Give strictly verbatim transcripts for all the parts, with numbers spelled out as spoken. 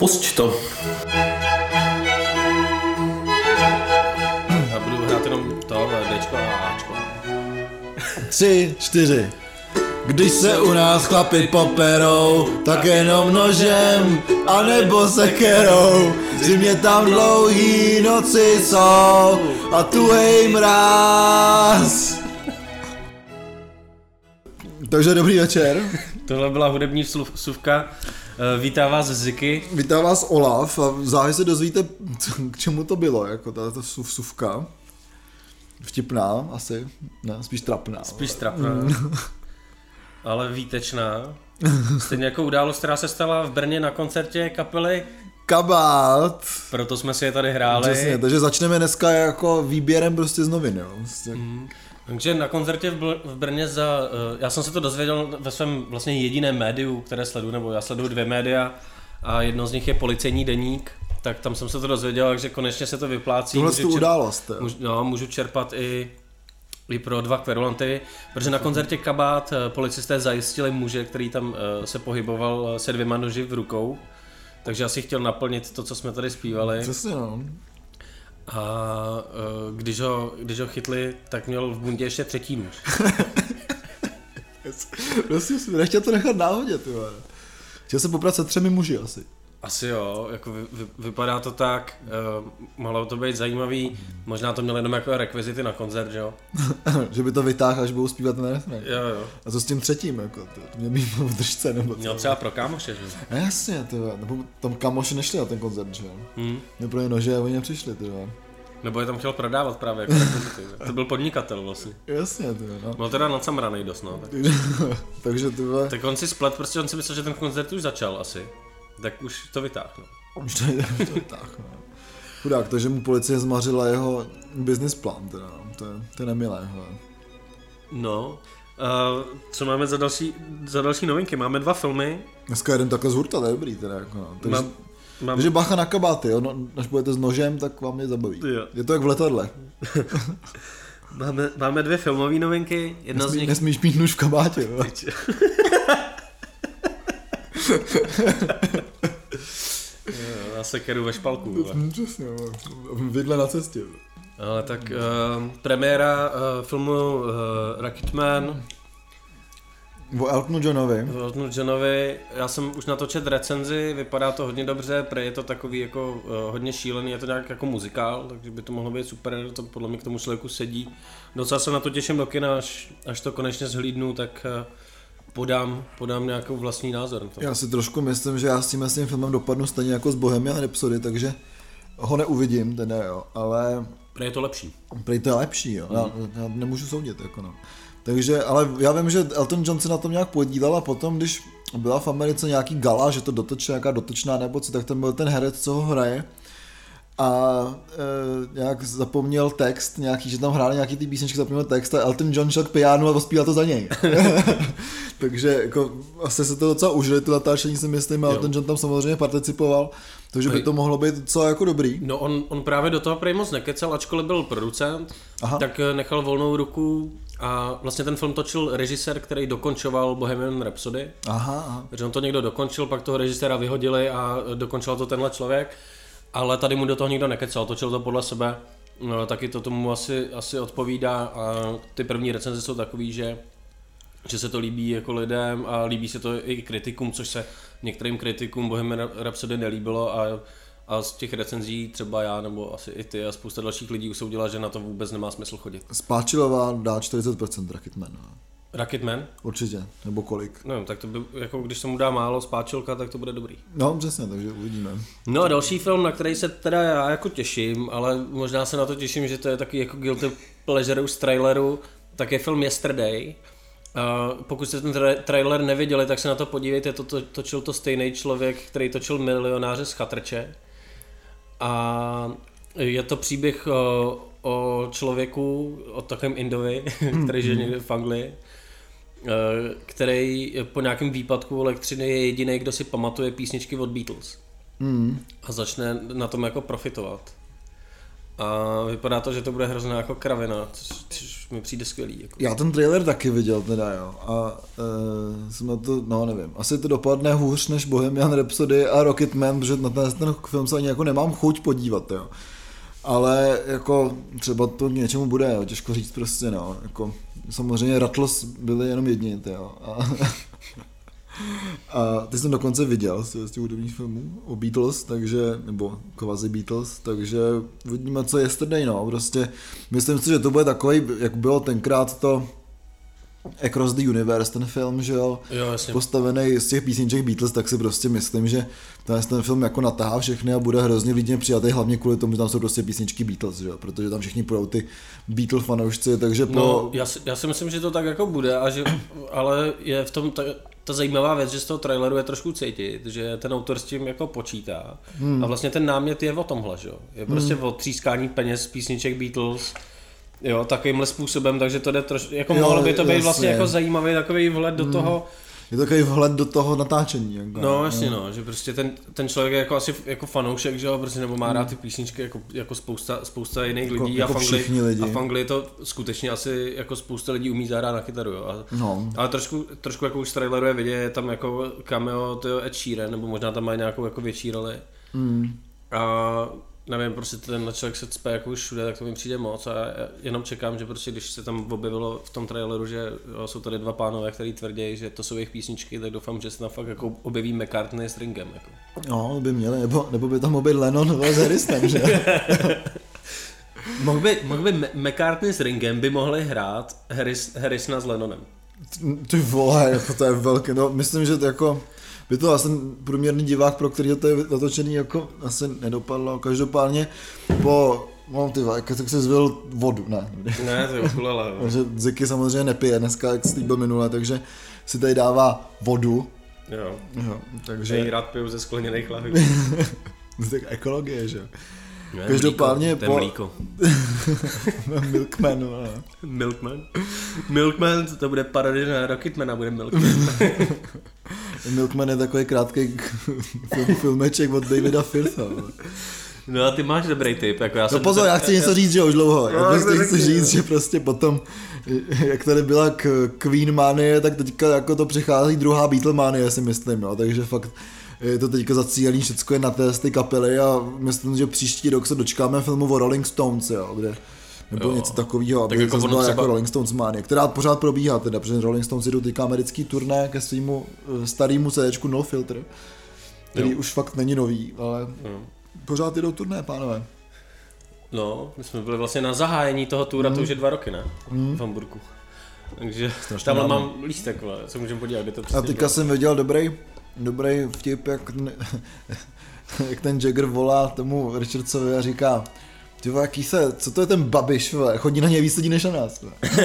Pusť to. Já budu hrát jenom to, Dčko a Ačko. Tři, čtyři. Když se u nás chlapi poperou, tak jenom nožem, anebo sekerou. V zimě tam dlouhý noci jsou a tuhej mráz. Takže dobrý večer. Tohle byla hudební vsuvka. Vítá vás Ziky. Vítá vás Olaf a záhy se dozvíte, k čemu to bylo, jako tato vsuvka. Vtipná asi, ne, spíš trapná. Spíš trapná. Mm. Ale výtečná. Stejně jako událost, která se stala v Brně na koncertě kapely Kabát. Proto jsme si je tady hráli. Přesně, takže začneme dneska jako výběrem prostě z novin, jo. Prostě. Mm. Takže na koncertě v, Bl- v Brně za, uh, já jsem se to dozvěděl ve svém vlastně jediném médiu, které sleduju, nebo já sleduju dvě média a jedno z nich je Policejní deník, tak tam jsem se to dozvěděl, takže konečně se to vyplácí. Tuhle tu událost, jo. Můžu, no, můžu čerpat i, i pro dva kverulanty, protože na koncertě Kabát policisté zajistili muže, který tam uh, se pohyboval se dvěma noži v rukou, takže asi chtěl naplnit to, co jsme tady zpívali. Přesně, no. A uh, když, ho, když ho chytli, tak měl v bundě ještě třetí nůž. Prostě jsem nechtěl to nechat náhodě, ty vole. Chtěl jsem poprat se třemi muži asi. Asi jo, jako vy, vy, vypadá to tak, uh, mohlo to být zajímavý, možná to měl jenom jako rekvizity na koncert, že jo? Že by to vytáhl, až budou zpívat ten refrén. Jo, jo. A co s tím třetím, jako, to, to mě mít v držce, nebo co? Měl třeba pro kámoše, že jo? A jasně, ty vole, nebo tam kámoši nešli na ten koncert, že jo? Hmm. Mě pro ně nože a oni nepřišli, ty vole. Nebo je tam chtěl prodávat právě jako rekvizity, to byl podnikatel vlastně. Jasně, ty vole, no. Byl teda nacamranej dost, no. Tak. Takže ty vole. Tak on si splet, prostě on si myslel, že ten koncert už začal asi. Tak už to vytáhl, no. Už to je tak, no. Chudák, takže mu policie zmařila jeho business plán, teda, no. To je, to je nemilé, hele. No, uh, co máme za další, za další novinky? Máme dva filmy. Dneska jeden takhle z hurta, to je dobrý, teda, jako, no. Takže, Mám, mám... takže bacha na kabáty, jo, no, až budete s nožem, tak vám je zabaví. Jo. Je to jak v letadle. máme, máme dvě filmové novinky, jedna Nesmí, z nich... Nesmíš mít nůž v kabátě, jo. Já se keru ve špalku. Přesně, vidle na cestě. Ale tak uh, premiéra uh, filmu uh, Rocketman O Eltonu Johnovi. o Eltonu Johnovi, já jsem už natočil recenzi, vypadá to hodně dobře, protože je to takový jako uh, hodně šílený, je to nějak jako muzikál, takže by to mohlo být super, to podle mě k tomu člověku sedí. Docela se na to těším do kina, až, až to konečně zhlídnu, tak uh, podám, podám nějakou vlastní názor. To. Já si trošku myslím, že já s tím, s tím filmem dopadnu stejně jako z Bohemian Rhapsody, takže ho neuvidím, teda jo, ale... Prej je to lepší. Prej to je lepší, jo, mm. já, já nemůžu soudit, jako no. Takže, ale já vím, že Elton John se na tom nějak podílel a potom, když byla v Americe nějaký gala, že to dotočila nějaká dotočná nebo co, tak tam byl ten herec, co ho hraje a e, nějak zapomněl text nějaký, že tam hráli nějaký ty písničky, zapomněl text a Elton John šel k pianu a ospíval to za něj. Takže jako asi se to docela užili, to natáčení si myslím, a Elton John tam samozřejmě participoval, takže by to mohlo být docela jako dobrý. No on, on právě do toho prej moc nekecal, ačkoliv byl producent, Aha. tak nechal volnou ruku a vlastně ten film točil režisér, který dokončoval Bohemian Rhapsody. Aha, aha. Takže on to někdo dokončil, pak toho režiséra vyhodili a dokončil to tenhle člověk. Ale tady mu do toho nikdo nekecal, točil to podle sebe, no, taky to tomu asi, asi odpovídá a ty první recenze jsou takový, že, že se to líbí jako lidem a líbí se to i kritikům, což se některým kritikům Bohemian Rhapsody nelíbilo a, a z těch recenzí třeba já nebo asi i ty a spousta dalších lidí usoudila, že na to vůbec nemá smysl chodit. Spáčilová dá čtyřicet procent Rocketman. Rocketman? Určitě, nebo kolik? No, tak to by, jako když se mu dá málo spáčilka, tak to bude dobrý. No, přesně, takže uvidíme. No a další film, na který se teda já jako těším, ale možná se na to těším, že to je taky jako guilty pleasure z traileru, tak je film Yesterday. Uh, pokud jste ten tra- trailer neviděli, tak se na to podívejte, to, to, točil to stejný člověk, který točil Milionáře z chatrče. A je to příběh o, o člověku, o takovém Indovi, který žije někde v Anglii, který po nějakém výpadku elektřiny je jediný, kdo si pamatuje písničky od Beatles. Mm. A začne na tom jako profitovat. A vypadá to, že to bude hrozná jako kravina, což, což mi přijde skvělý. Jako. Já ten trailer taky viděl teda, jo. A e, jsem na to, no nevím, asi to dopadne hůř než Bohemian Rhapsody a Rocketman, protože na ten, ten film se ani jako nemám chuť podívat, jo. Ale jako třeba to k něčemu bude, jo, těžko říct prostě, no. Jako, samozřejmě Rattles byli jenom jedni, jo. A, a ty jsem dokonce viděl z těch hudebních filmů o Beatles, takže, nebo kvazi Beatles, takže vidíme, co je yesterday, no, prostě myslím si, že to bude takový, jak bylo tenkrát to Across the Universe, ten film, že jo, jo postavený z těch písniček Beatles, tak si prostě myslím, že ten, ten film jako natáhá všechny a bude hrozně lidně přijatý, hlavně kvůli tomu, že tam jsou prostě písničky Beatles, že jo, protože tam všichni půjdou ty Beatle fanoušci, takže po... No, já si, já si myslím, že to tak jako bude, a že, ale je v tom ta, ta zajímavá věc, že z toho traileru je trošku cítit, že ten autor s tím jako počítá hmm. a vlastně ten námět je o tomhle, že jo, je prostě hmm. o třískání peněz písniček Beatles, jo, takovýmhle způsobem, takže to jde trošku, jako jo, mohlo by to být jasně. Vlastně jako zajímavý takový vhled do hmm. toho. Je to takový vhled do toho natáčení. Jako, no jasně no. no, že prostě ten, ten člověk je jako asi jako fanoušek, že jo, prostě nebo má rád ty písničky jako, jako spousta, spousta jiných jako, lidí jako a, v Anglii, lidi. a v Anglii to skutečně asi jako spousta lidí umí zahrát na kytaru, jo. A, no. Ale trošku, trošku jako už z traileru je vidět, je tam jako cameo to Ed Sheeran, nebo možná tam mají nějakou jako větší roli. Mm. A nevím, prostě ten člověk se cpe jako už všude, tak to mi přijde moc a já jenom čekám, že prostě když se tam objevilo v tom traileru, že jo, jsou tady dva pánové, kteří tvrdí, že to jsou jejich písničky, tak doufám, že se tam fakt jako objeví McCartney s Ringem. Jako. No, by měli, nebo, nebo by tam mohl být Lennon s Harrisem, že? mohl by, mohl by McCartney s Ringem by mohli hrát Harris, Harrisona s Lennonem. Ty vole, jako to je velké, no myslím, že to jako... by to asi průměrný divák, pro který to je natočený, jako asi nedopadlo. Každopádně po, no ty vole, tak se zvil vodu, ne. Ne, to je okulele. Takže Ziky samozřejmě nepije dneska, jak slíbil minule, takže si tady dává vodu. Jo. jo takže... Já rád piju ze skleněných lahví. Tak ekologie, že jo. Ne, Každopádně mlíko, po... mlíko. Milkman, no. Milkman? Milkman, to bude parodie na Rocketmana, bude Milkman. Milkman je takový krátký film, filmeček od Davida Firtha. No a ty máš dobrý tip. Jako já no jsem pozor, já chci něco říct, že už dlouho. Já no, prostě chci říct, že prostě potom, jak tady byla Queen manie, tak teďka jako to přichází druhá Beatle manie, si myslím, jo. Takže fakt je to teďka zacílený, všecko je na té ty kapely a myslím, že příští rok se dočkáme filmu o Rolling Stones, jo, kde nebo jo. něco takového, aby tak jako, to byla třeba... jako Rolling Stones manie, která pořád probíhá teda, protože Rolling Stones jdou teďka americký turné ke svýmu starýmu CDčku No Filter, který jo. už fakt není nový, ale jo. pořád jdou turné, pánové. No, my jsme byli vlastně na zahájení toho tura, mm. to už je dva roky, ne? Mm. V Hamburku. Takže tamhle mám lístek, vole, co můžeme podívat, kde to přesně a teďka bylo. Jsem viděl dobrý, dobrý vtip, jak, jak ten Jagger volá tomu Richardsovi a říká: ty vole, jaký se, co to je ten Babiš, vole, chodí na něj víc lidí než na nás.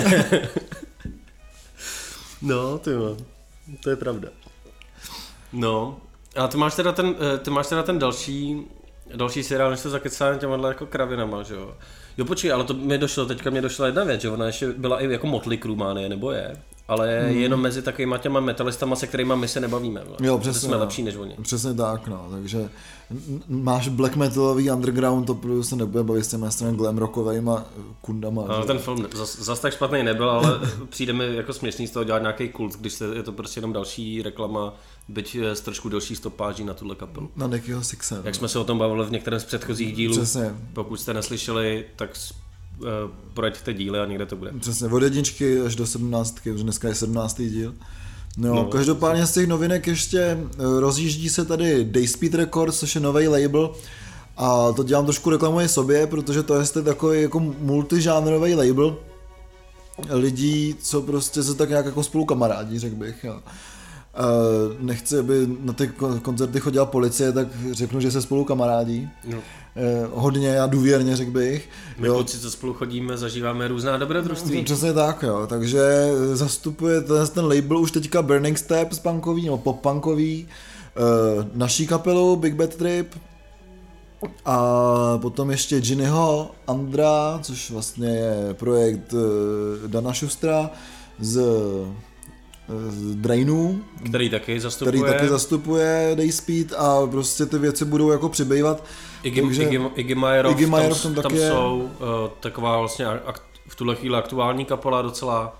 No, ty vole, to je pravda. No, a ty máš teda ten, ty máš teda ten další, další seriál, než to zakecáme těma jako kravinama, že jo. Jo počkej, ale to mi došlo, teďka mi došla jedna věc, že ona ještě byla i jako Motley Crue mánie, nebo je, ale hmm. jenom mezi takovýma těma metalistama, se kterýma my se nebavíme. Vle. Jo, přesně. Jsme lepší než oni. Přesně tak, no, takže máš black metalový underground, to se nebude bavit s těma straně glam rockovejma kundama. No, ten film zas, zas tak špatný nebyl, ale přijde mi jako směšný z toho dělat nějaký kult, když je to prostě jenom další reklama, byť s trošku delší stopáží na tuhle kapelu. Na Nickyho Sixe. Jak jsme se o tom bavili v některém z předchozích dílů. Přesně. Pokud jste neslyšeli, tak uh, projeďte díly a někde to bude. Přesně, od jedničky až do sedmnáctky, protože dneska je sedmnáctý díl. No, no, každopádně z těch novinek ještě rozjíždí se tady Dayspeed Records, což je nový label, a to dělám trošku reklamuji sobě, protože to je takový jako multižánrový label lidí, co prostě se tak nějak jako spolu kamarádí, řekl bych. Jo. Uh, nechci, aby na ty koncerty chodila policie, tak řeknu, že se spolu kamarádí. No. Uh, hodně a důvěrně, řekl bych. My kluci, co spolu chodíme, zažíváme různá dobrodružství. No, přesně tak, jo. Takže zastupuje ten, ten label už teďka Burning Steps punkový, nebo pop-punkový, uh, naší kapelu Big Bad Trip a potom ještě Ginnyho Andra, což vlastně je projekt uh, Dana Schustera z Drainů, který taky zastupuje, který taky zastupuje Dayspeed a prostě ty věci budou jako přibývat. Iggy, takže Iggy, Iggy Majorov, Iggy Majorov tam, tam, tam tam je... jsou uh, taková vlastně ak, v tuhle chvíli aktuální kapela docela.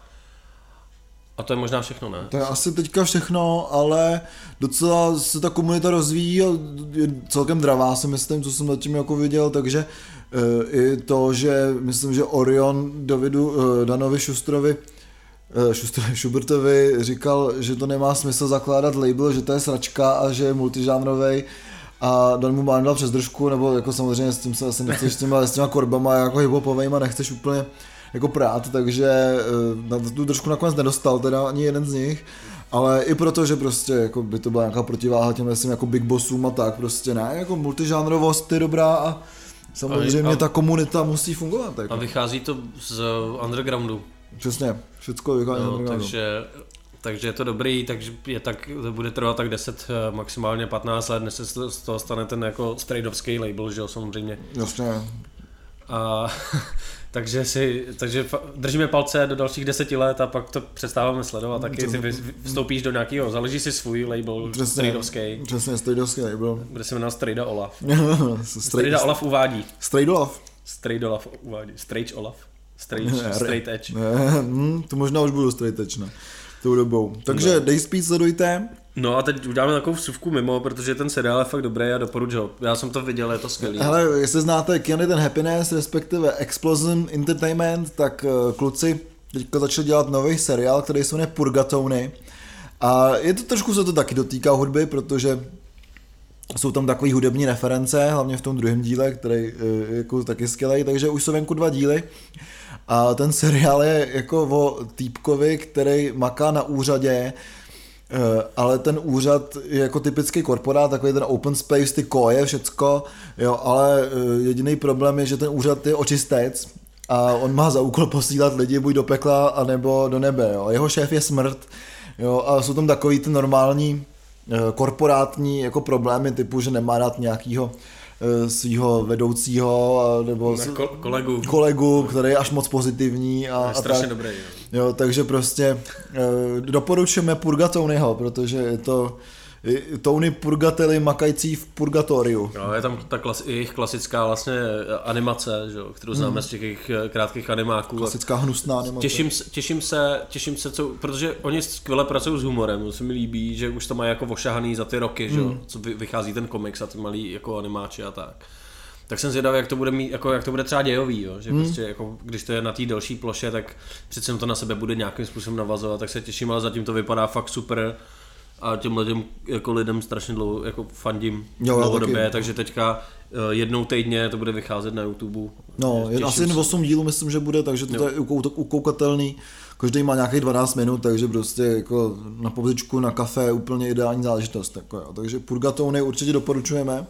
A to je možná všechno, ne? To je asi teďka všechno, ale docela se ta komunita rozvíjí a je celkem dravá, si myslím, co jsem zatím jako viděl, takže uh, i to, že myslím, že Orion Davidu, uh, Danovi Šustrovi uh, Šustrovi Schubertovi říkal, že to nemá smysl zakládat label, že to je sračka a že je multižánrovej a Dan mu má přes držku, nebo jako samozřejmě s tím se asi nechceš s těma, s těma korbama jako hiphopovejma nechceš úplně jako prát, takže na tu držku nakonec nedostal teda ani jeden z nich, ale i proto, že prostě jako by to byla nějaká protiváha těm myslím jako big bossům a tak, prostě ne, jako multižánrovost je dobrá a samozřejmě a, a, ta komunita musí fungovat. Jako. A vychází to z undergroundu. Přesně, všecko vychází no, z undergroundu. Takže, takže je to dobrý, takže je tak, to bude trvat tak deset, maximálně patnáct let, než se z toho stane ten jako straightovský label, že jo, samozřejmě. Jasně. A takže si, takže držíme palce do dalších deseti let a pak to přestáváme sledovat, taky si vstoupíš do nějakého, založíš si svůj label straightovský. Přesně, straightovský label. Bude se jmenovat Strejda Olaf. Strejda Olaf uvádí. Strejda Olaf. Strejda Olaf uvádí. Straight Olaf. Straight, straight Edge. Ne, to možná už budu straight edge, ne. Tou dobou. Takže no. Dayspeed sledujte. No a teď uděláme takovou vsuvku mimo, protože ten seriál je fakt dobrý a doporučuji ho. Já jsem to viděl, je to skvělý. Hele, jestli znáte Kill and Happiness, respektive Explosion Entertainment, tak kluci teďka začali dělat nový seriál, který se jmenuje Purgatony. A je to trošku se to taky dotýká hudby, protože jsou tam takový hudební reference, hlavně v tom druhém díle, který je jako taky skvělý, takže už jsou venku dva díly. A ten seriál je jako o týpkovi, který maká na úřadě, ale ten úřad je jako typický korporát, takový ten open space, ty koje, všecko, jo, ale jediný problém je, že ten úřad je očistec a on má za úkol posílat lidi buď do pekla, anebo do nebe, jo. Jeho šéf je smrt, jo, a jsou tam takový ty normální korporátní jako problémy typu, že nemá rád nějakýho svýho vedoucího nebo kolegu. kolegu, který je až moc pozitivní a, je a strašně tak. dobrý. Jo. Jo, takže prostě doporučujeme Purgatonyho, protože je to Tony Purgatelli makající v purgatoriu. No, je tam ta klas, jejich klasická vlastně animace, že, kterou známe hmm. z těch jejich krátkých animáků. Klasická hnusná animace. Těším, těším se, těším se, co, protože oni skvěle pracují s humorem, se mi líbí, že už to mají jako ošahaný za ty roky, hmm. že, co vychází ten komiks a ty malí jako animáči a tak. Tak jsem zvědavý, jak to bude mít, jako jak to bude třeba dějový, jo? Že hmm. prostě jako, když to je na té delší ploše, tak přece to na sebe bude nějakým způsobem navazovat, tak se těším, ale zatím to vypadá fakt super. A těm lidem, jako lidem strašně dlouho jako fandím dlouhodobě, takže teďka jednou týdně to bude vycházet na YouTube. No, jen asi jen osm dílů myslím, že bude, takže to jo. je ukoukatelný. Každý má nějakých dvanáct minut, takže prostě jako na povzičku, na kafe úplně ideální záležitost. Jako jo. Takže Purgatony určitě doporučujeme.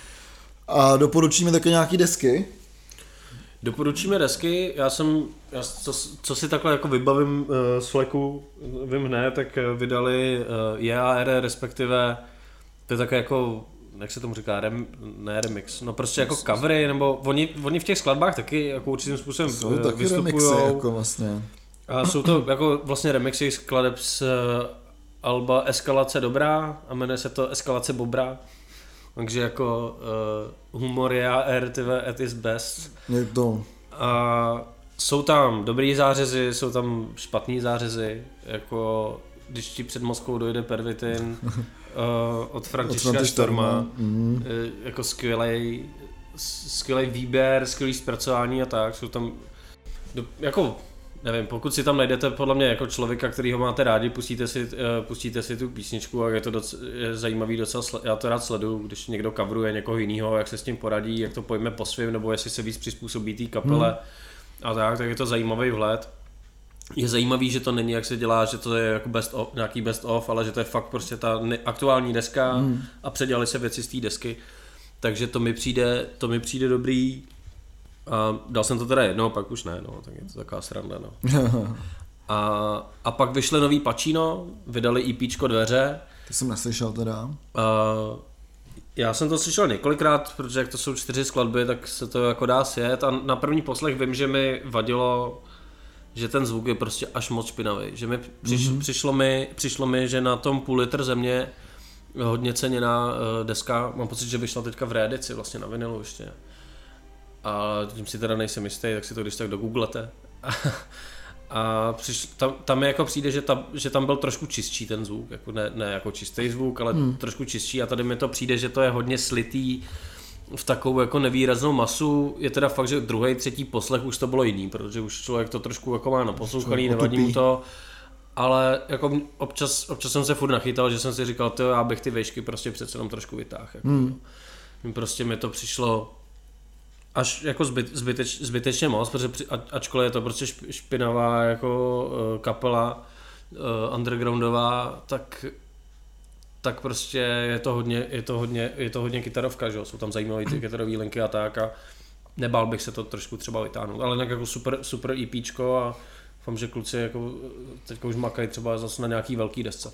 A doporučíme také nějaký desky. Doporučíme desky, já jsem, já, co, co si takhle jako vybavím uh, z fleku, vím hned, tak vydali uh, J A R, respektive, to je také jako, jak se tomu říká, rem, ne remix, no prostě jako covery, nebo oni, oni v těch skladbách taky jako určitým způsobem jsou uh, taky vystupujou. remixy jako vlastně. A jsou to jako vlastně remixy skladeb z uh, alba Eskalace dobrá a jmenuje se to Eskalace bobra. Takže jako uh, humor je A R at its best. Je to. A jsou tam dobrý zářezy, jsou tam špatný zářezy, jako když ti před Moskvou dojde Pervitin uh, od Františka Štorma, mm. uh, jako skvělej, skvělej výběr, skvělý zpracování a tak, jsou tam, do, jako nevím, pokud si tam najdete podle mě jako člověka, který ho máte rádi, pustíte si, uh, pustíte si tu písničku a je to doc, je zajímavý docela, já to rád sleduju, když někdo coveruje někoho jiného, jak se s tím poradí, jak to pojme po svým, nebo jestli se víc přizpůsobí té kapele hmm. a tak, tak je to zajímavý vhled. Je zajímavý, že to není, jak se dělá, že to je jako best of, nějaký best of, ale že to je fakt prostě ta aktuální deska hmm. a předělali se věci z té desky, takže to mi přijde, to mi přijde dobrý. A dal jsem to teda jednou, pak už ne, no, tak je to taková sranda, no. A, a pak vyšly nový Pacino, vydali EPčko Dveře. To jsem neslyšel teda. A já jsem to slyšel několikrát, protože jak to jsou čtyři skladby, tak se to jako dá sjet a na první poslech vím, že mi vadilo že ten zvuk je prostě až moc špinavý. Že mi přiš, mm-hmm. přišlo, mi, přišlo mi, že na tom půl litr země hodně ceněná uh, deska, mám pocit, že vyšla teďka v reedici, vlastně na vinilu ještě. A tím si teda nejsem jistý, tak si to když tak dogooglete. A přiš, tam, tam mi jako přijde, že, ta, že tam byl trošku čistší ten zvuk, jako ne, ne jako čistý zvuk, ale hmm. trošku čistší a tady mi to přijde, že to je hodně slitý v takovou jako nevýraznou masu. Je teda fakt, že druhý, třetí poslech už to bylo jiný, protože už člověk to trošku jako má naposlouchaný, nevadí mu to, ale jako občas, občas jsem se furt nachytal, že jsem si říkal, to já bych ty vejšky prostě přece jenom trošku vytáhl. Jako, hmm. Prostě mi to přišlo až jako zbyt, zbyteč, zbytečně moc, protože při, ačkoliv je to prostě špinavá jako uh, kapela uh, undergroundová, tak tak prostě je to hodně, je to hodně, je to hodně kytarovka, že jo? Jsou tam zajímavé ty kytarové linky a tak a nebál bych se to trošku třeba vytáhnout, ale jinak jako super, super EPčko a doufám, že kluci jako teďka už makají třeba zase na nějaký velký desce.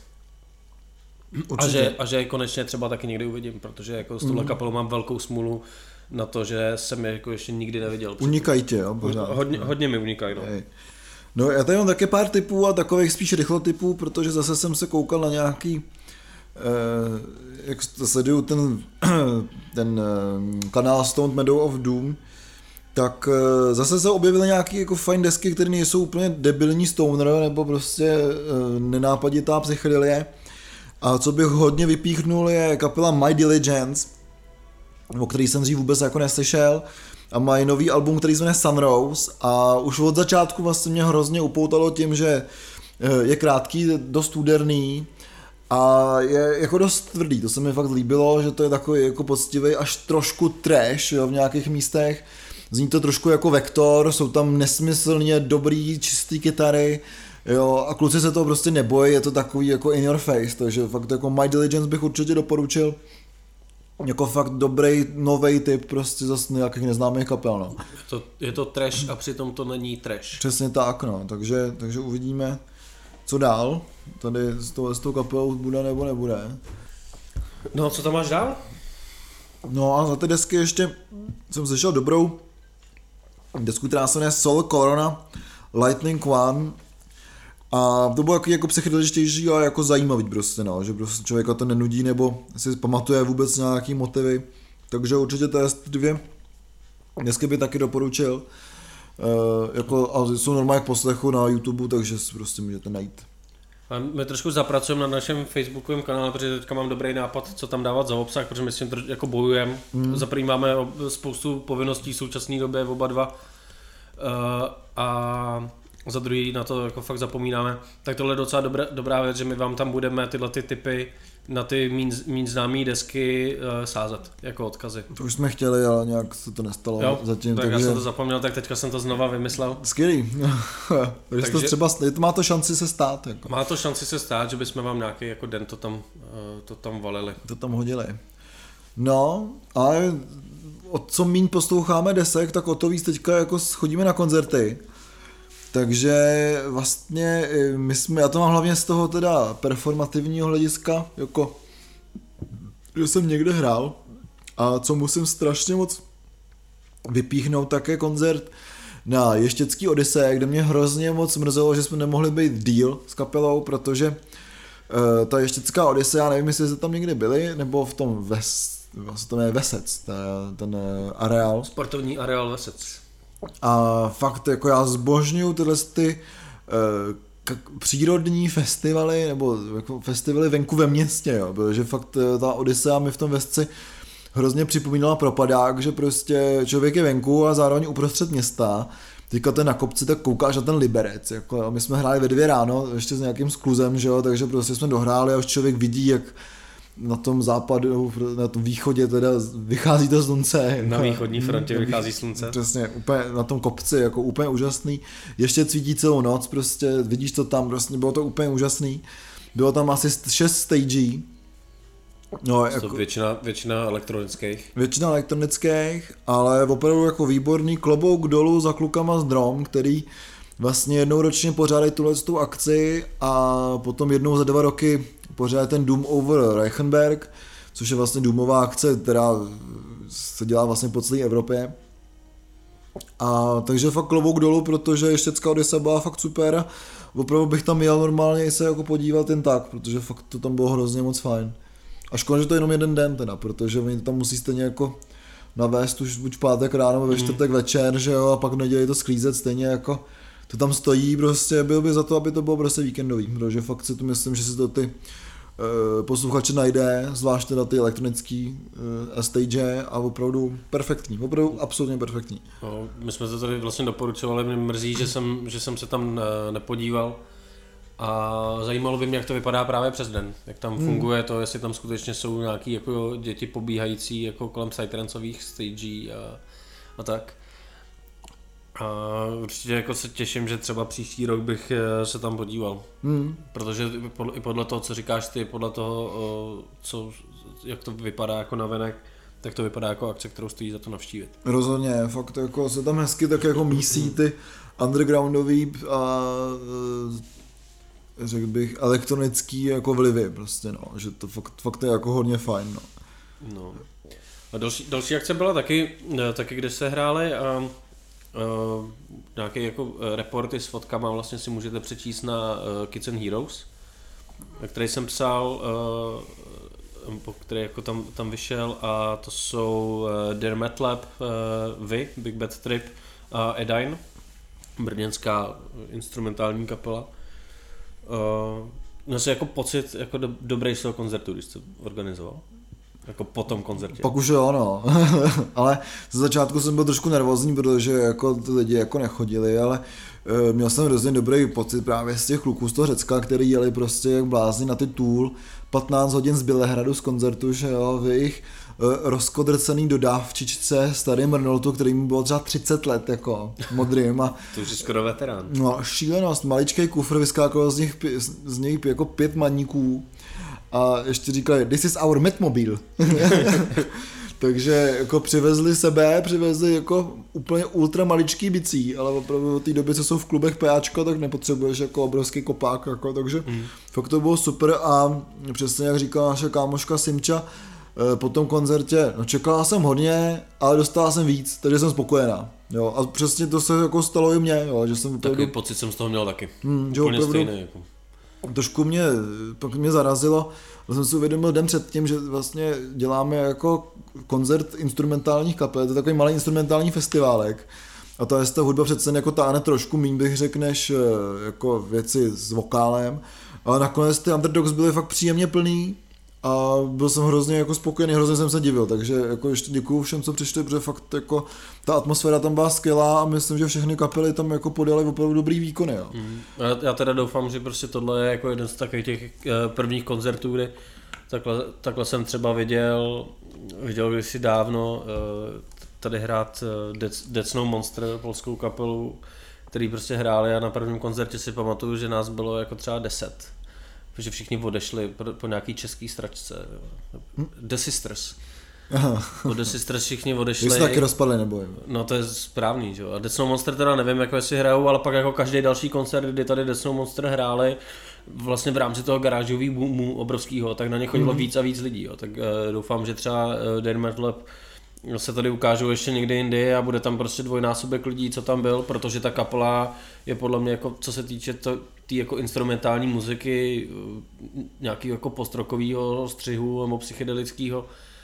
A že, a že konečně třeba taky někdy uvidím, protože jako s touhle mm. kapelou mám velkou smůlu na to, že jsem je jako ještě nikdy neviděl. Unikají tě, jo, pořád. Hodně, hodně mi unikají, no. Hej. No já tady mám také pár typů a takových spíš rychlotypů, protože zase jsem se koukal na nějaký Uh, jak sleduju ten, ten uh, kanál Stone Meadow of Doom, tak uh, zase se objevily nějaké jako fajn desky, které nejsou úplně debilní stoner nebo prostě uh, nenápaditá psychedelie. A co bych hodně vypíchnul je kapela My Diligence, o který jsem dřív vůbec jako neslyšel, a mají nový album, který se jmenuje Sunrose a už od začátku vlastně mě hrozně upoutalo tím, že uh, je krátký, dost úderný a je jako dost tvrdý, to se mi fakt líbilo, že to je takový jako poctivý až trošku trash, jo, v nějakých místech. Zní to trošku jako Vektor, jsou tam nesmyslně dobrý, čistý kytary, jo, a kluci se toho prostě nebojí, je to takový jako in your face, takže fakt jako My Diligence bych určitě doporučil. Jako fakt dobrý, novej typ prostě zase nějakých neznámých kapel, no. Je to, je to trash a přitom to není trash. Přesně tak, no, takže, takže uvidíme, co dál. Tady s tou, s tou kapelou bude nebo nebude. No, co tam máš dál? No a za ty desky ještě jsem slyšel dobrou desku, která se jmenuje Soul Corona Lightning One. A to bylo jako, jako psychedeličtější a jako zajímavý prostě, no, že prostě člověka to nenudí nebo si pamatuje vůbec nějaký motivy. Takže určitě ty dvě desky by taky doporučil. Uh, jako, a jsou normálně k poslechu na YouTube, takže si prostě můžete najít. A my trošku zapracujeme na našem facebookovém kanále, protože teďka mám dobrý nápad, co tam dávat za obsah, protože my s tím jako bojujeme. Mm. Za první máme spoustu povinností v současné době oba dva uh, a za druhý na to jako fakt zapomínáme. Tak tohle je docela dobrá, dobrá věc, že my vám tam budeme tyhle ty typy na ty míň, míň známý desky uh, sázet jako odkazy. To už jsme chtěli, ale nějak se to nestalo jo, zatím. Tak takže... já jsem to zapomněl, tak teďka jsem to znova vymyslel. Skvělý. takže to třeba, má to šanci se stát. Jako. Má to šanci se stát, že bychom vám nějaký jako den to tam, uh, to tam valili. To tam hodili. No, ale o co míň posloucháme desek, tak o to víc teďka jako chodíme na koncerty. Takže vlastně my jsme, já to mám hlavně z toho teda performativního hlediska, jako že jsem někde hrál a co musím strašně moc vypíchnout, tak je koncert na Ještěcký Odyseje, kde mě hrozně moc mrzelo, že jsme nemohli být díl s kapelou, protože uh, ta Ještěcká Odyseje, já nevím, jestli jste tam někdy byli, nebo v tom Ves, vlastně to je Vesec, ta, ten uh, areál. Sportovní areál Vesec. A fakt jako já zbožňuju tyhle ty uh, k- přírodní festivaly nebo jako festivaly venku ve městě, jo, protože fakt ta Odyssea mi v tom Vesci hrozně připomínala Propadák, že prostě člověk je venku a zároveň uprostřed města, teďka ten na kopci, tak koukáš na ten Liberec, jako my jsme hráli ve dvě ráno, ještě s nějakým skluzem, že jo, takže prostě jsme dohráli a už člověk vidí, jak na tom západu, na tom východě teda vychází to slunce. Na východní frontě vychází slunce. Přesně, úplně na tom kopci, jako úplně úžasný. Ještě svítí celou noc, prostě vidíš to tam, prostě bylo to úplně úžasný. Bylo tam asi šest stagí. No, jako, většina, většina elektronických. Většina elektronických, ale opravdu jako výborný klobouk dolů za klukama z Drom, který vlastně jednou ročně pořádají tuhletu akci a potom jednou za dva roky pořád ten Doom over Reichenberg, což je vlastně doomová akce, která se dělá vlastně po celé Evropě. A takže fakt klobouk dolů, protože Štecká Odysa byla fakt super. Opravdu bych tam jel normálně i se jako podívat jen tak, protože fakt to tam bylo hrozně moc fajn. A škoda, že to je jenom jeden den teda, protože oni tam musí stejně jako navést už buď pátek ráno, ve čtvrtek večer, že jo, a pak v neděli to sklízet stejně jako to tam stojí prostě, byl by za to, aby to bylo prostě víkendový, protože fakt si to myslím, že si to ty uh, posluchače najde, zvlášť teda ty elektronický uh, stage a opravdu perfektní, opravdu absolutně perfektní. No, my jsme to tady vlastně doporučovali, mě mrzí, že jsem, že jsem se tam ne, nepodíval a zajímalo by mě, jak to vypadá právě přes den, jak tam hmm. funguje to, jestli tam skutečně jsou nějaký jako děti pobíhající jako kolem psytrancových stagí a, a tak. A určitě jako se těším, že třeba příští rok bych se tam podíval, hmm. protože i podle toho, co říkáš ty, podle toho, co, jak to vypadá jako navenek, tak to vypadá jako akce, kterou stojí za to navštívit. Rozhodně, fakt jako se tam hezky tak jako mísí ty undergroundový a řekl bych elektronický jako vlivy prostě, no, že to fakt, fakt je jako hodně fajn, no. No. A další, další akce byla taky, taky kde se hrály a uh, nějaké jako reporty s fotkama vlastně si můžete přečíst na uh, Kids and Heroes, který jsem psal, uh, který jako tam, tam vyšel a to jsou uh, Dear MATLAB, uh, Vy, Big Bad Trip a Edine, brněnská instrumentální kapela. Uh, měl jsi jako pocit jako do, dobrý z toho koncertu, když jsi organizoval? Jako po tom koncertě. Pak už jo, no. Ale ze začátku jsem byl trošku nervózní, protože jako ty lidi jako nechodili, ale uh, měl jsem hrozně dobrý pocit právě z těch kluků z toho Řecka, který jeli prostě jak blázni na ty Tool, patnáct hodin z Bělehradu z koncertu, že jo, v jejich uh, rozkodrcený dodávčičce starým Renaultu, který mu bylo třeba třicet let, jako modrým a to už je skoro veterán. No, šílenost, maličkej kufr, vyskákalo z nich, z nich jako pět maníků a ještě říkali, this is our Metmobil. Takže jako přivezli sebe, přivezli jako úplně ultra maličký bicí, ale opravdu od té doby, co jsou v klubech PAčko, tak nepotřebuješ jako obrovský kopák, jako, takže mm. fakt to bylo super a přesně jak říkala naše kámoška Simča, po tom koncertě, no čekala jsem hodně, ale dostala jsem víc, takže jsem spokojená. Jo, a přesně to se jako stalo i mně, jo, že jsem opravdu... Takový pocit jsem z toho měl taky. Hmm, že úplně opravdu, stejný. Jako. Trošku mě, pak mě zarazilo, jsem si uvědomil den před tím, že vlastně děláme jako koncert instrumentálních kapel, to je takový malý instrumentální festiválek. A ta je ta hudba přece jako táhne trošku míň, bych řekl, než jako věci s vokálem. Ale nakonec ty Underdogs byly fakt příjemně plný. A byl jsem hrozně jako spokojený, hrozně jsem se divil, takže jako ještě děkuju všem, co přišli, protože fakt jako ta atmosféra tam byla skvělá a myslím, že všechny kapely tam jako podaly opravdu dobrý výkony. Jo. Mm. Já, já teda doufám, že prostě tohle je jako jeden z takových těch prvních koncertů, kdy takhle, takhle jsem třeba viděl, viděl kdysi dávno tady hrát Dead, Dead Snow Monster, polskou kapelu, který prostě hráli a na prvním koncertě si pamatuju, že nás bylo jako třeba deset. Protože všichni odešli po, po nějaký český stračce. The Sisters. Aha. Po The Sisters všichni odešli. Vy jste taky rozpadli, nebo? No to je správný, že jo. A Dead Snow Monster teda nevím, jak si hrajou, ale pak jako každý další koncert, kdy tady Dead Snow Monster hráli vlastně v rámci toho garážového boomu obrovského, tak na ně chodilo mm-hmm. víc a víc lidí. Jo. Tak uh, doufám, že třeba uh, Dear MATLAB se tady ukážou ještě někdy jindy a bude tam prostě dvojnásobek lidí, co tam byl, protože ta kapela je podle mě jako, co se týče to, tý jako instrumentální muziky, nějaký jako postrokovýho střihu nebo psychedelického,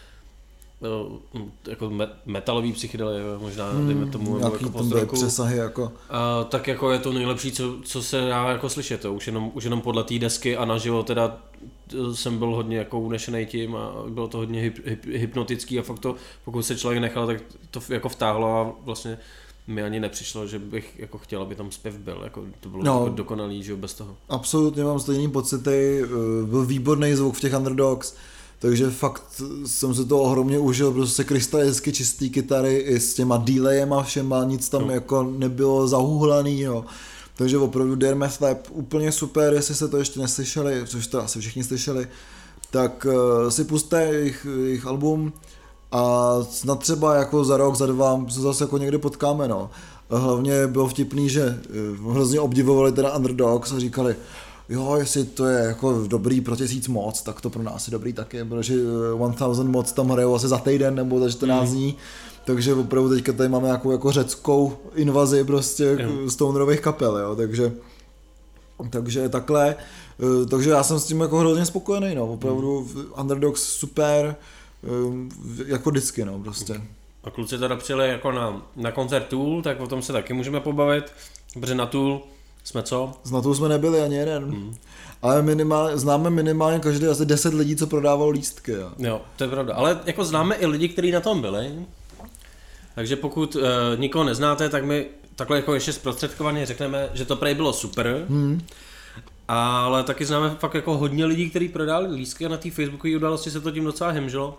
jako metalový psychedelie, možná hmm, dejme tomu jako postroku. Přesahy jako. A, tak jako je to nejlepší, co, co se dá jako slyšet, to. Už, jenom, už jenom podle té desky a naživo teda jsem byl hodně jako unešený tím a bylo to hodně hyp, hyp, hypnotický a fakt to, pokud se člověk nechal, tak to jako vtáhlo a vlastně mi ani nepřišlo, že bych jako chtěl, aby tam zpěv byl, jako to bylo no, jako dokonalý, že jo, bez toho. Absolutně mám stejný pocity, byl výborný zvuk v těch Underdogs, takže fakt jsem se to ohromně užil, prostě krystalicky čistý kytary i s těma delayema všema, nic tam no. jako nebylo zahůhlaný, jo. Takže opravdu Dear MATLAB úplně super, jestli se to ještě neslyšeli, což to asi všichni slyšeli, tak uh, si puste jejich, jejich album a snad třeba jako za rok, za dva se zase jako někde potkáme, no. Hlavně bylo vtipný, že uh, hrozně obdivovali teda Underdogs a říkali, jo, jestli to je jako dobrý pro tisíc moc, tak to pro nás je dobrý taky, protože one thousand moc tam hrajou asi za týden nebo za čtrnáct dní, takže opravdu teďka tady máme nějakou jako řeckou invazi prostě mm. stonerových kapel, jo, takže takže takhle, takže já jsem s tím jako hrozně spokojený, no, opravdu mm. Underdogs super, jako vždycky, no, prostě. A kluci teda přijeli jako na, na koncert Tool, tak o tom se taky můžeme pobavit, protože na Tool jsme co? Na Tool jsme nebyli ani jeden, mm. ale minimálně, známe minimálně každý asi deset lidí, co prodávalo lístky. Jo. jo, to je pravda, ale jako známe i lidi, kteří na tom byli, takže pokud uh, nikoho neznáte, tak my takhle jako ještě zprostředkovaně řekneme, že to prej bylo super, mm. ale taky známe fakt jako hodně lidí, kteří prodali lístky a na té facebookové události se to tím docela hemžilo.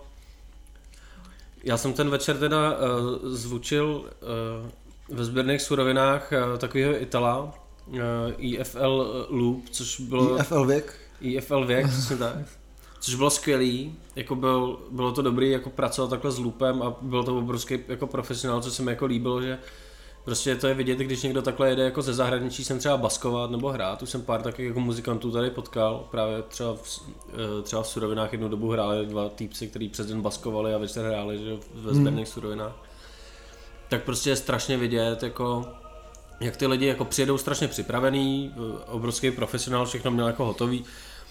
Já jsem ten večer teda uh, zvučil uh, ve sběrných surovinách uh, takového Itala, uh, I F L Loop, což bylo... I F L věk? I F L věk, přesně tak. Což bylo skvělý, jako byl, bylo to dobrý jako pracovat takhle s loopem a bylo to obrovský jako profesionál, co se mi jako líbilo, že prostě to je vidět, když někdo takhle jede jako ze zahraničí sem třeba baskovat nebo hrát. Už jsem pár takových jako muzikantů tady potkal, právě třeba v, třeba v surovinách jednu dobu hráli dva týpci, kteří přes den baskovali a večer hráli, že ve sběrných hmm. surovinách. Tak prostě je strašně vidět, jako jak ty lidi jako přijedou strašně připravený, obrovský profesionál, všechno měl jako hotový,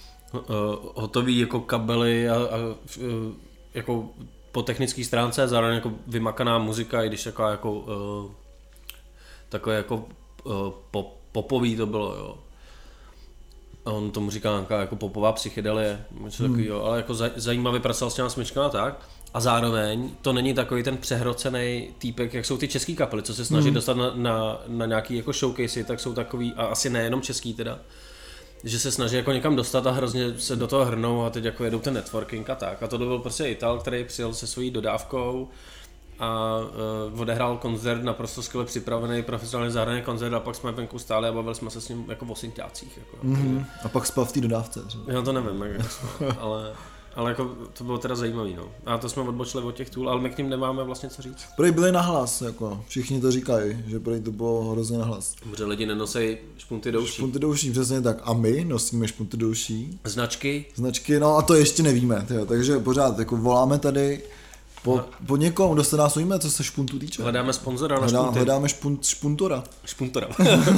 hotový jako kabely a, a jako po technické stránce, zároveň jako vymakaná muzika, i když taková jako takové jako uh, pop, popový to bylo, jo. A on tomu říká nějaká jako popová psychedelie, něco hmm. takového, ale jako zaj, zajímavě pracoval s těma smyčkama tak. A zároveň to není takový ten přehrocený týpek, jak jsou ty český kapely, co se snaží hmm. dostat na, na, na nějaký jako showcasey, tak jsou takový, a asi nejenom český teda, že se snaží jako někam dostat a hrozně se do toho hrnou a teď jako jedou ten networking a tak. A to byl prostě Ital, který přijel se svojí dodávkou a uh, odehrál koncert, naprosto skvěle připravený, profesionálně zahraný koncert a pak jsme venku stáli a bavili jsme se s ním jako o synťácích. Jako, mm-hmm. A pak spal v té dodávce. Třeba. Já to nevím, jak jsme, ale, ale jako to bylo teda zajímavý. No. A to jsme odbočili od těch Tool, ale my k ním nemáme vlastně co říct. Prej byli nahlas, jako všichni to říkají, že prej to bylo hrozně nahlas. Protože lidi nenosí špunty douší. Špunty douší, přesně tak. A my nosíme špunty douší. Značky? Značky, no a to ještě nevíme, tyjo. Takže pořád jako voláme tady Po, po někom, kdo se nás ujme, co se špuntu týče. Hledáme sponzora na Hledá, špunty. Hledáme špunt, špuntora. Špuntora.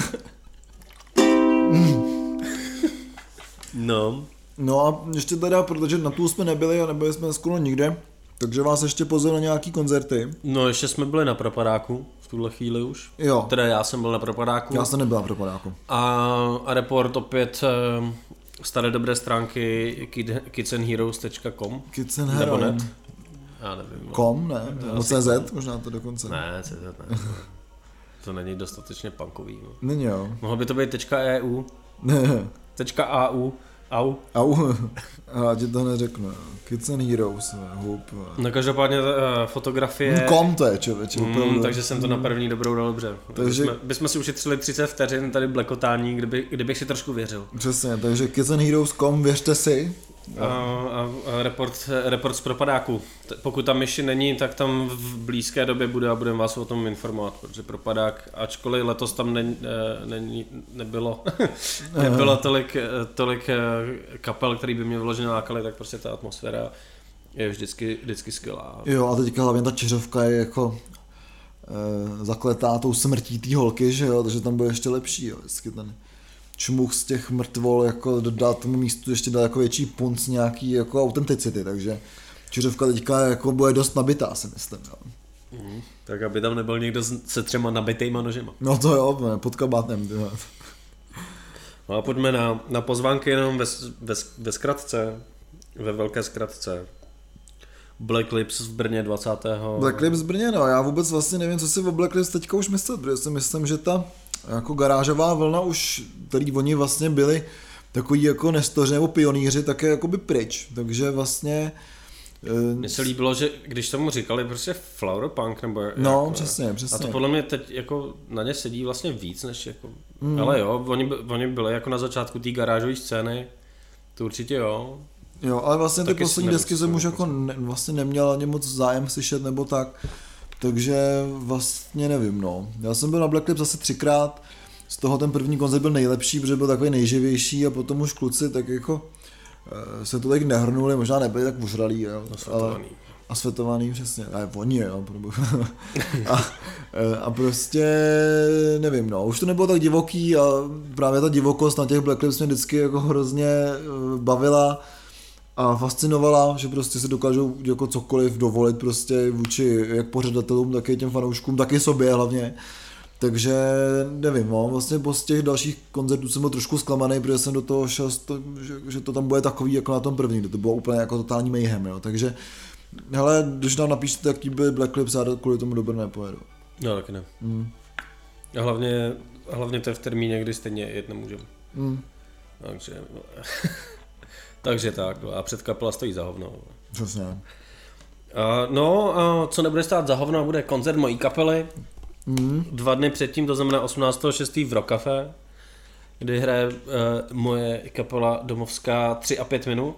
no. No a ještě teda, protože na tu jsme nebyli a nebyli jsme skoro nikde, takže vás ještě pozor na nějaký koncerty. No ještě jsme byli na Propadáku v tuhle chvíli už. Jo. Teda já jsem byl na Propadáku. Já jsem nebyl na Propadáku. A, a report opět staré dobré stránky kids and heroes tečka com Kids and Heroes. Já nevím. Kom, ne? No C Z, možná to dokonce. Ne, C Z ne. To není dostatečně punkový. No. Není jo. Mohlo by to být .eu. Ne. .au. Au. Au. Já ti to neřeknu. Kids and Heroes. Hup. No každopádně uh, fotografie. Kom to je, člověče. Mm, takže jsem to na první dobrou dal dobře. Takže... Bychom, bychom si ušetřili třicet vteřin tady blekotání, kdyby, kdybych si trošku věřil. Přesně, takže kids and heroes tečka com, věřte si. A, a, a report, report z Propadáku. Pokud tam myši není, tak tam v blízké době bude a budeme vás o tom informovat, protože Propadák, ačkoliv letos tam ne, ne, ne, nebylo, nebylo tolik, tolik kapel, který by mě vyloženě lákaly, tak prostě ta atmosféra je vždycky, vždycky skvělá. Jo a teďka hlavně ta Čiřovka je jako e, zakletá tou smrtí té holky, že jo, takže tam bude ještě lepší, jo, vždycky ten čmuch z těch mrtvol jako dát tomu místu ještě dát jako větší punc nějaký jako autenticity, takže Čiřovka teďka jako bude dost nabitá, si myslím. Jo. Mm, tak aby tam nebyl někdo se třema nabitejma nožema. No to jo, ne, pod kabátem. Tyhle. No a pojďme na, na pozvánky jenom ve, ve, ve zkratce, ve velké zkratce. Black Lips v Brně dvacátého Black Lips v Brně, no já vůbec vlastně nevím, co si o Black Lips teďka už myslet, protože si myslím, že ta jako garážová vlna už, který oni vlastně byli takový jako nestoři nebo pionýři, tak je jakoby pryč, takže vlastně... Mně se líbilo, že když tomu říkali prostě flower punk nebo... No, jako, přesně, přesně. A to podle mě teď jako na ně sedí vlastně víc než jako... Mm. Ale jo, oni, oni byli jako na začátku té garážové scény, to určitě jo. Jo, ale vlastně ty poslední desky jsem už jako ne, vlastně neměl ani moc zájem slyšet nebo tak, takže vlastně nevím, no. Já jsem byl na Black Lips zase třikrát, z toho ten první koncert byl nejlepší, protože byl takový nejživější a potom už kluci tak jako se to tak nehrnuli, možná nebyli tak ožralí, jo. Nasvětovaný. Asvetovaný, přesně, a oni, jo. a, a prostě, nevím, no, už to nebylo tak divoký a právě ta divokost na těch Black Lips mě vždycky jako hrozně bavila a fascinovala, že prostě se dokážou jako cokoliv dovolit prostě vůči jak pořadatelům, tak i těm fanouškům, tak i sobě hlavně. Takže nevím, no, vlastně po z těch dalších koncertů jsem byl trošku zklamaný, protože jsem do toho šel, to, že, že to tam bude takový jako na tom první, to bylo úplně jako totální mayhem, jo, takže hele, když nám napíšete, jaký by Black Lips, já kvůli tomu do Brna nepojedu. No, taky ne. Mm. A hlavně, hlavně to je v termíně, kdy stejně jet nemůžeme. Mm. Takže, takže tak, no, a před kapela stojí za hovno. Přesně. Uh, no, uh, co nebude stát za hovno, bude koncert mojí kapely. Mm. Dva dny předtím, to znamená osmnáctého šestého v Rock Café, kdy hraje uh, moje kapela domovská tři a pět minut.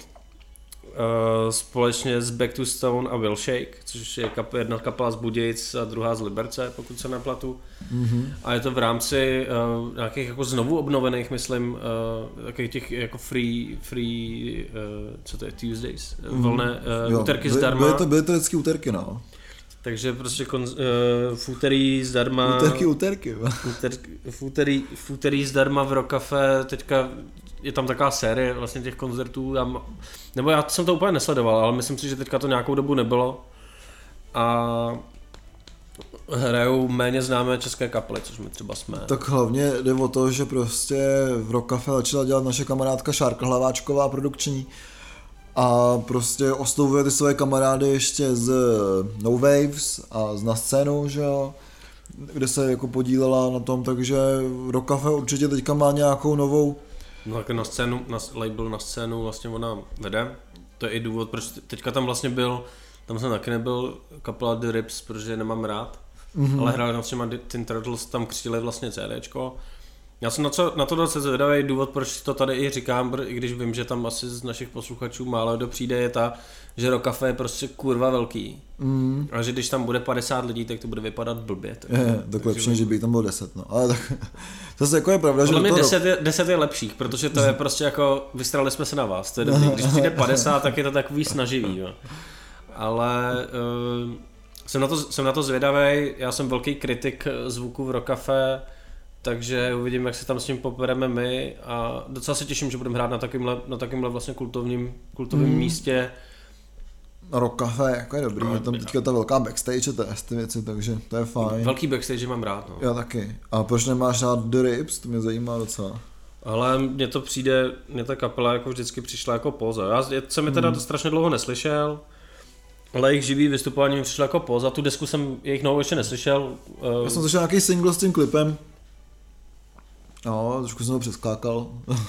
Uh, společně s Back to Stone a Will Shake, což je kap- jedna kapela z Budějic a druhá z Liberce, pokud se nepletu. Mm-hmm. A je to v rámci uh, nějakých jako znovu obnovených, myslím, uh, takových těch jako free, free uh, co to je, Tuesdays, mm-hmm. volné uh, úterky zdarma. Byly to, byly to vždycky úterky, no. Takže prostě kon, uh, v úterý zdarma... Úterky, úterky. Úterky, v, úterý, v úterý zdarma v Rock Café, teďka je tam taková série vlastně těch koncertů, já, nebo já jsem to úplně nesledoval, ale myslím si, že teďka to nějakou dobu nebylo. A hrajou méně známé české kapely, což my třeba jsme. Tak hlavně jde o to, že prostě v Rock Café začala dělat naše kamarádka Šárka Hlaváčková produkční a prostě oslovuje ty své kamarády ještě z No Waves a z Na scénu, že jo, kde se jako podílela na tom, takže Rock Café určitě teďka má nějakou novou. No tak na scénu, na label Na scénu vlastně ona vede, to je i důvod, proč teďka tam vlastně byl, tam jsem taky nebyl, kapela The Rips, protože je nemám rád, mm-hmm. ale hráli tam s těma Tin Turtles, tam křtili vlastně CDčko. Já jsem na, co, na to docela zvědavý, důvod, proč to tady i říkám, i když vím, že tam asi z našich posluchačů málo kdo přijde, je ta, že Rock Café je prostě kurva velký. Mm. A že když tam bude padesát lidí, tak to bude vypadat blbě. Tak, je, tak lepší, než by tam bylo deset, no. Ale tak, zase jako je pravda, podle že... mě deset je, deset je lepších, protože to je prostě jako, vystrali jsme se na vás, to je dobrý. Když přijde padesát, tak je to takový snaživý, jo. Ale uh, jsem, na to, jsem na to zvědavý, já jsem velký kritik zvuku v Rock Café, takže uvidím, jak se tam s tím popereme my a docela se těším, že budeme hrát na takovémhle, na takovémhle vlastně kultovním, kultovním mm. místě. Rock Café, jako je dobrý, no, je tam teďka ta velká backstage a ty věci, takže to je fajn. Velký backstage mám rád, no. Já taky. A proč nemáš rád The Rips, to mě zajímá docela. Ale mně to přijde, mně ta kapela jako vždycky přišla jako póza. Já jsem je teda mm. strašně dlouho neslyšel, ale jejich živý vystupování mi přišlo jako póza. Tu desku jsem jejich novou ještě neslyšel. Já jsem slyšel nějaký single s tím klipem. No, trošku jsem to přeskákal.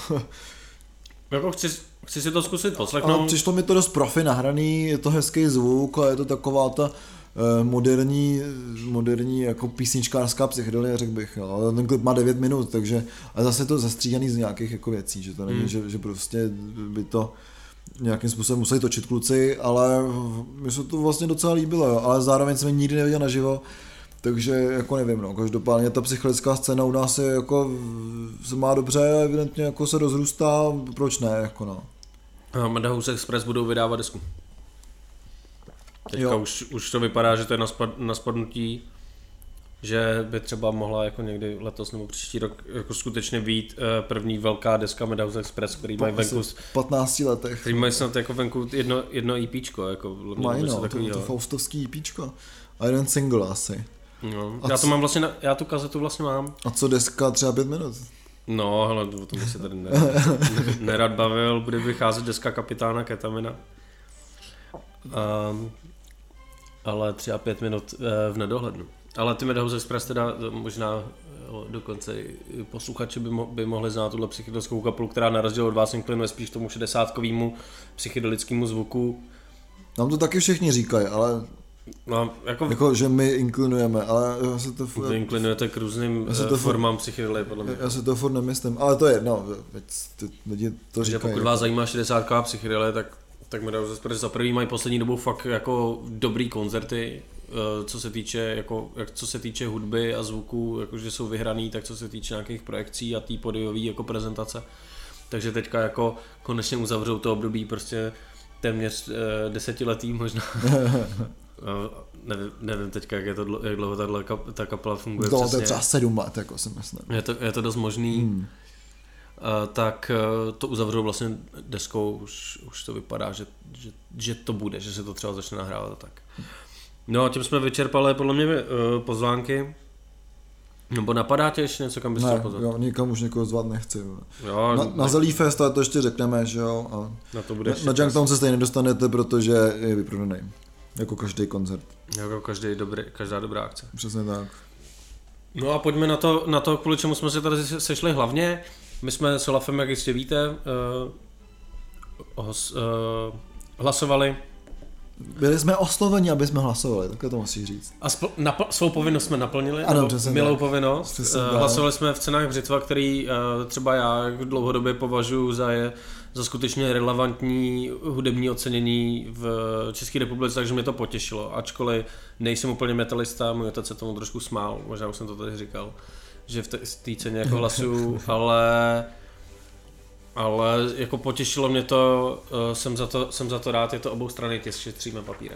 Jako chci, chci si to zkusit poslechnout. Ale přišlo mi to dost profi nahraný, je to hezký zvuk a je to taková ta eh, moderní, moderní jako písničkářská psychedelie, řekl bych. Jo. Ale ten klip má devět minut, takže ale zase je to zastříhaný z nějakých jako věcí, že to není, hmm. že, že prostě by to nějakým způsobem museli točit kluci, ale mi se to vlastně docela líbilo, jo. Ale zároveň jsem nikdy neviděl naživo. Takže jako nevím, no, každopádně ta psychedelická scéna u nás je jako, se má dobře a evidentně jako se rozrůstá, proč ne, jako no. Madhouse Express budou vydávat disku. Teďka už, už to vypadá, že to je na, spad, na spadnutí, že by třeba mohla jako někdy letos nebo příští rok jako skutečně vyjít první velká deska Madhouse Express, který mají venku v patnácti letech. Který mají snad jako venku jedno, jedno EPčko, jako mají no, to, to faustovský EPčko a jeden single asi. No, já to mám vlastně, na, já tu kazetu vlastně mám. A co deska třeba pět minut? No, hele, o tom bych se tady nerad, nerad bavil, bude vycházet deska Kapitána Ketamina. Um, ale tři a pět minut uh, v nedohlednu. Ale ty Madhouse Express teda možná jo, dokonce posluchači by, mo- by mohli znát tuhle psychedelickou kapelu, která na rozdíl od vás inklinuje spíš tomu šedesátkovému psychedelickému zvuku. Nám to taky všichni říkají, ale no, jako, jako, že my inklinujeme, ale já se to... Vy inklinujete k různým to formám psychedelie, podle mě. Já se to furt nemyslím, ale to je jedno, ty lidi to říkají. Pokud vás zajímá šedesátková psychedelie, tak, tak Madhouse Express za první mají poslední dobou fakt jako dobrý koncerty, co se týče, jako, co se týče hudby a zvuku, jakože jsou vyhraný, tak co se týče nějakých projekcí a té podiové jako prezentace. Takže teďka jako konečně uzavřou to období prostě téměř uh, desetiletý možná. nevím, nevím teďka, jak, je to, jak dlouho tato, ta kapela funguje to, přesně. To je třeba sedm let, jako si myslím. Je to, je to dost možný. Hmm. Uh, tak uh, to uzavřou vlastně deskou, už, už to vypadá, že, že, že to bude, že se to třeba začne nahrávat a tak. No a tím jsme vyčerpali podle mě uh, pozvánky. Nebo napadá tě ještě něco, kam bys chtěl pozvat? Ne, nikam už někoho zvat nechci. Jo, na, na Zelí Fest, ale to ještě řekneme, že jo. A na to bude na Junktown se stejně nedostanete, protože je vyprodaný. Jako každý koncert. Jako každý dobrý, každá dobrá akce. Přesně tak. No a pojďme na to, na to, kvůli čemu jsme se tady sešli hlavně. My jsme s Olafem, jak jistě víte, uh, hos, uh, hlasovali. Byli jsme osloveni, aby jsme hlasovali, takhle to musíš říct. A spl- napl- svou povinnost jsme naplnili, ano, milou tak. povinnost. Přesně uh, hlasovali jsme v cenách Břitva, který uh, třeba já dlouhodobě považuji za, je, za skutečně relevantní hudební ocenění v České republice, takže mě to potěšilo. Ačkoliv nejsem úplně metalista, můj otec se tomu trošku smál, možná už jsem to tady říkal, že v té ceně jako hlasuju, ale... Ale jako potěšilo mě to, uh, jsem, za to, jsem za to rád, je to obou strany tisk, šetříme papírem.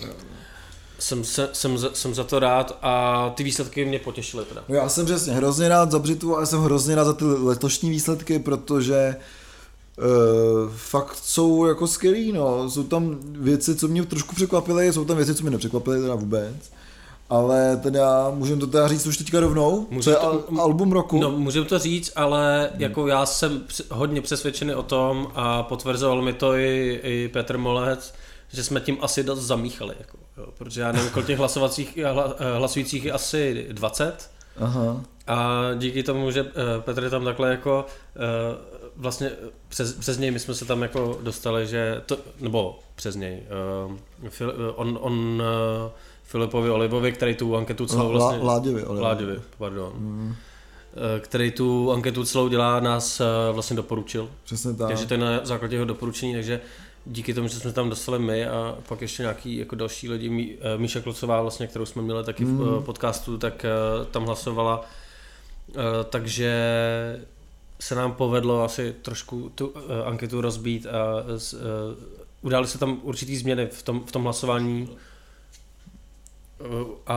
Jsem, se, jsem, za, jsem za to rád a ty výsledky mě potěšily teda. No já jsem přesně hrozně rád za Břitvu a jsem hrozně rád za ty letošní výsledky, protože uh, fakt jsou jako skvělý, no. Jsou tam věci, co mě trošku překvapily, jsou tam věci, co mě nepřekvapily teda vůbec. Ale teda, můžeme to teda říct už teďka rovnou, Může to je to, al- album roku. No, můžeme to říct, ale hmm. jako já jsem hodně přesvědčený o tom a potvrzoval mi to i, i Petr Molec, že jsme tím asi dost zamíchali, jako, jo, protože já nevím, kolik těch hlasovacích, hlasujících je asi dvacet. Aha. A díky tomu, že Petr je tam takhle jako vlastně přes, přes něj my jsme se tam jako dostali, že to, nebo přes něj, on, on Filipovi Olivovi, který tu anketu celou vlastně... Láďovi Olivovi. Láďovi, pardon. Mm. Který tu anketu celou dělá, nás vlastně doporučil. Přesně tak. Takže to je na základě jeho doporučení, takže díky tomu, že jsme tam dostali my a pak ještě nějaký jako další lidi, Míša Klocová vlastně, kterou jsme měli taky mm. v podcastu, tak tam hlasovala. Takže se nám povedlo asi trošku tu anketu rozbít a udály se tam určitý změny v tom, v tom hlasování. A,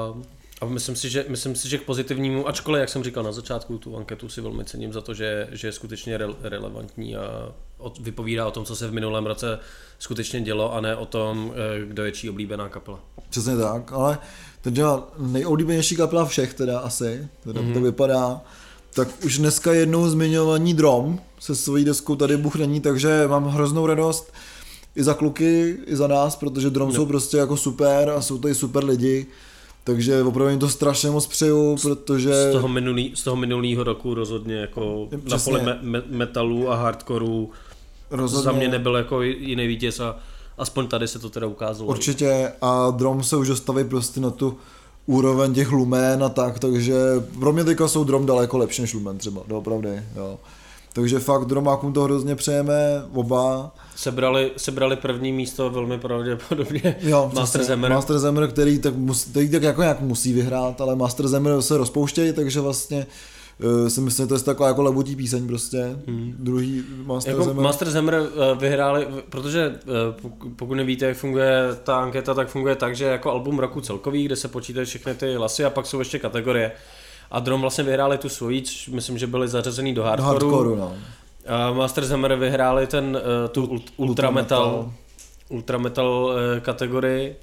a myslím si, že, myslím si, že k pozitivnímu, ačkoliv, jak jsem říkal na začátku, tu anketu si velmi cením za to, že, že je skutečně re, relevantní a od, vypovídá o tom, co se v minulém roce skutečně dělo a ne o tom, kdo je čí oblíbená kapela. Přesně tak, ale teda nejoblíbenější kapela všech teda asi, teda mm-hmm. to vypadá, tak už dneska jednou zmiňovaní Drom se svojí deskou Tady Bůh není, takže mám hroznou radost i za kluky, i za nás, protože Drom no. jsou prostě jako super a jsou tady super lidi, takže opravdu jim to strašně moc přeju, protože... Z toho, minulý, z toho minulýho roku rozhodně jako přesně. Na poli me, me, metalu a hardcoreu rozhodně. Za mě nebyl jako jiný vítěz a aspoň tady se to teda ukázalo. Určitě a Drom se už dostaví prostě na tu úroveň těch Lumen a tak, takže pro mě teďka jsou Drom daleko lepší než Lumen třeba, doopravdy, jo. Takže fakt Dromákům to hrozně přejeme, oba. Sebrali, sebrali první místo velmi pravděpodobně jo, Master Zemmer. Master Zemmer, který tak, musí, který tak jako nějak musí vyhrát, ale Master Zemmer se rozpouštějí, takže vlastně uh, si myslím, že to je taková jako lebutí píseň prostě. Hmm. Druhý Master jako Zemmer. Master Zemmer uh, vyhráli, protože uh, pokud nevíte, jak funguje ta anketa, tak funguje tak, že jako album roku celkový, kde se počítají všechny ty hlasy a pak jsou ještě kategorie. A Drom vlastně vyhráli tu svoji, myslím, že byli zařazený do hardcoreu. Do hardcoreu, no. A Master Zemmer vyhráli ten, tu ult, ultra metal, ultra metal kategorii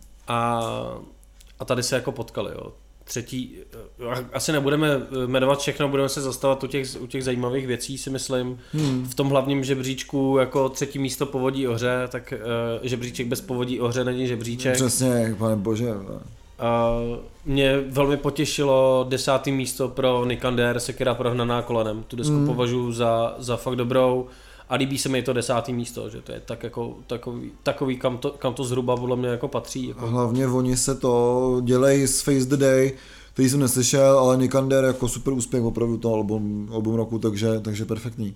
a, a tady se jako potkali, jo. Třetí, asi nebudeme jmenovat všechno, budeme se zastavovat u těch, u těch zajímavých věcí, si myslím. Hmm. V tom hlavním žebříčku jako třetí místo Povodí Ohře, tak uh, žebříček bez Povodí Ohře není žebříček. Přesně, pane bože. Uh, mě velmi potěšilo desátý místo pro Nikander, Sekera prohnaná kolenem. Tu desku mm. považuji za, za fakt dobrou a líbí se mi to desátý místo, že to je tak jako, takový, takový kam, to, kam to zhruba podle mě jako patří. Jako. A hlavně oni se to dělají z Face the Day, který jsem neslyšel, ale Nikander jako super úspěch opravdu toho album, album roku, takže, takže perfektní.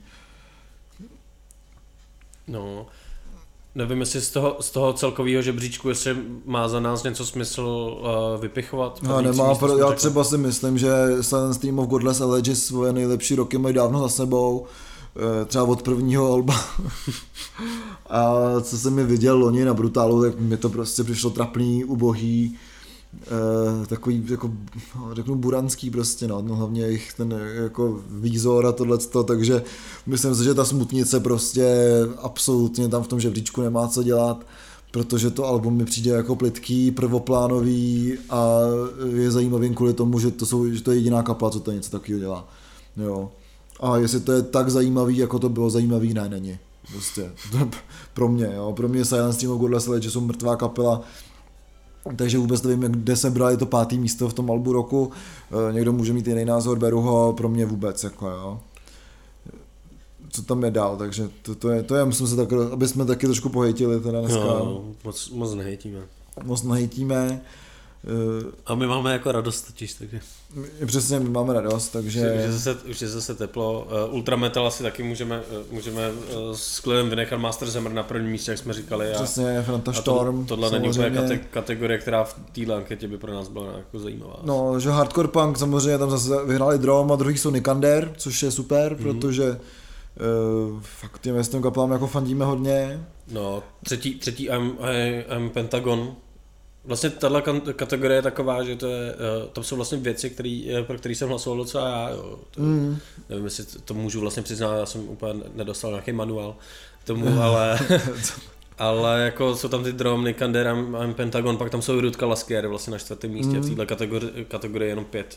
No... Nevím, jestli z toho, z toho celkového žebříčku, jestli má za nás něco smysl uh, vypichovat. No, nemá, pro, já třeba si myslím, že Silent Stream of Godless Elegy svoje nejlepší roky mají dávno za sebou. třeba od prvního alba. A co jsem mi viděl loni na Brutálu, tak mi to prostě přišlo trapný, ubohý, Uh, takový, jako, řeknu, buranský prostě, no, no hlavně jich ten jako výzor a tohleto, takže myslím si, že ta smutnice prostě absolutně tam v tom žebříčku nemá co dělat, protože to album mi přijde jako plytký, prvoplánový a je zajímavý kvůli tomu, že to, jsou, že to je jediná kapela, co to něco takového dělá, jo. A jestli to je tak zajímavý, jako to bylo zajímavý, ne, není, prostě, pro mě, jo, pro mě Silence Stream of Godless Light, že jsou mrtvá kapela. Takže vůbec nevím, kde se brali to pátý místo v tom albu roku, někdo může mít jiný názor, beru ho, pro mě vůbec, jako jo. Co tam je dál, takže to, to je, to je, myslím se tak, aby jsme taky trošku pohejtili teda dneska. No, moc, moc nehejtíme. Moc nehejtíme. A my máme jako radost totiž, takže. My, přesně, my máme radost, takže... Už je zase, už je zase teplo. Uh, Ultrametal asi taky můžeme, uh, můžeme uh, s klidem vynechat Master Zemr na prvním místě, jak jsme říkali. A, přesně, Franta Storm. To, tohle není úplně kate- kategorie, která v téhle anketě by pro nás byla jako zajímavá. No, že Hardcore Punk samozřejmě tam zase vyhráli Drom a druhý jsou Nikander, což je super, mm-hmm. protože uh, fakt těm western kapelám jako fandíme hodně. No, třetí, třetí M, M Pentagon. Vlastně tahle kategorie je taková, že to je, tam jsou vlastně věci, který, pro které jsem hlasoval docela já, jo. To, mm. Nevím, jestli to můžu vlastně přiznat, já jsem úplně nedostal nějaký manuál k tomu, ale, ale jako jsou tam ty Drom, Nikander a Pentagon, pak tam jsou Rutka Laskier vlastně na čtvrtém místě, mm. v této kategorii, kategorii jenom pět,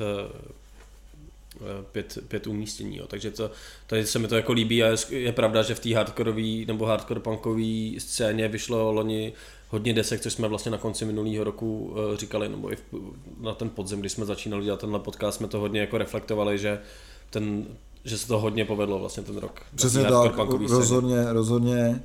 pět, pět umístění, jo. Takže to, tady se mi to jako líbí a je, je pravda, že v té hardcoreové nebo hardcore punkové scéně vyšlo loni hodně desek, což jsme vlastně na konci minulého roku uh, říkali, nebo i v, na ten podzim, když jsme začínali dělat tenhle podcast, jsme to hodně jako reflektovali, že, ten, že se to hodně povedlo vlastně ten rok. Přesně tak, rozhodně, rozhodně.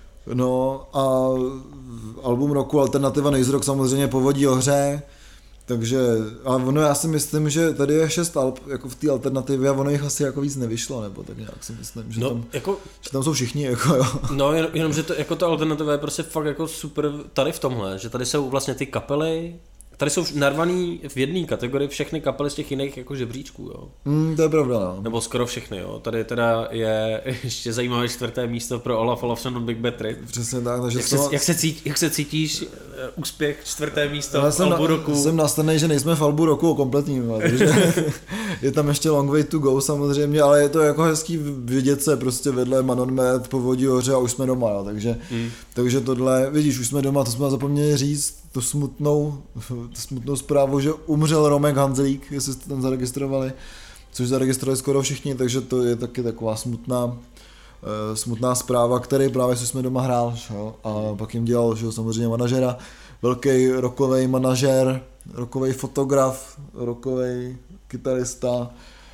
No a album roku Alternativa Noise Rock samozřejmě Povodí ohře, takže, a ono já si myslím, že tady je šest alb jako v té alternativě a ono jich asi jako víc nevyšlo, nebo tak nějak si myslím, že, no, tam, jako, že tam jsou všichni, jako jo. No jen, jenom, že to, jako ta alternativa je prostě fakt jako super tady v tomhle, že tady jsou vlastně ty kapely, tady jsou narvaný v jedné kategorii všechny kapely z těch jiných jako žebříčků, jo. Mm, to je pravda, no. Nebo skoro všechny, jo. Tady teda je ještě zajímavé čtvrté místo pro Olaf Olafsson Big Bad Trip. Přesně tak, takže jak, se, jak, se cítí, jak se cítíš uh, úspěch čtvrté místo já v albu na, roku? Jsem nastavený, že nejsme v albu roku kompletním, takže je tam ještě long way to go samozřejmě, ale je to jako hezký vidět se prostě vedle Manon Med, Povodí ohře a už jsme doma, jo. Takže, mm. takže tohle, vidíš, už jsme doma, to jsme zapomněli říct, tu smutnou, tu smutnou zprávu, že umřel Romek Hanzlík, jestli jste tam zaregistrovali, což zaregistrovali skoro všichni, takže to je taky taková smutná, uh, smutná zpráva, který právě jsme doma hrál, šo? A pak jim dělal, že samozřejmě manažera, velký rockový manažer, rockový fotograf, rockový kytarista,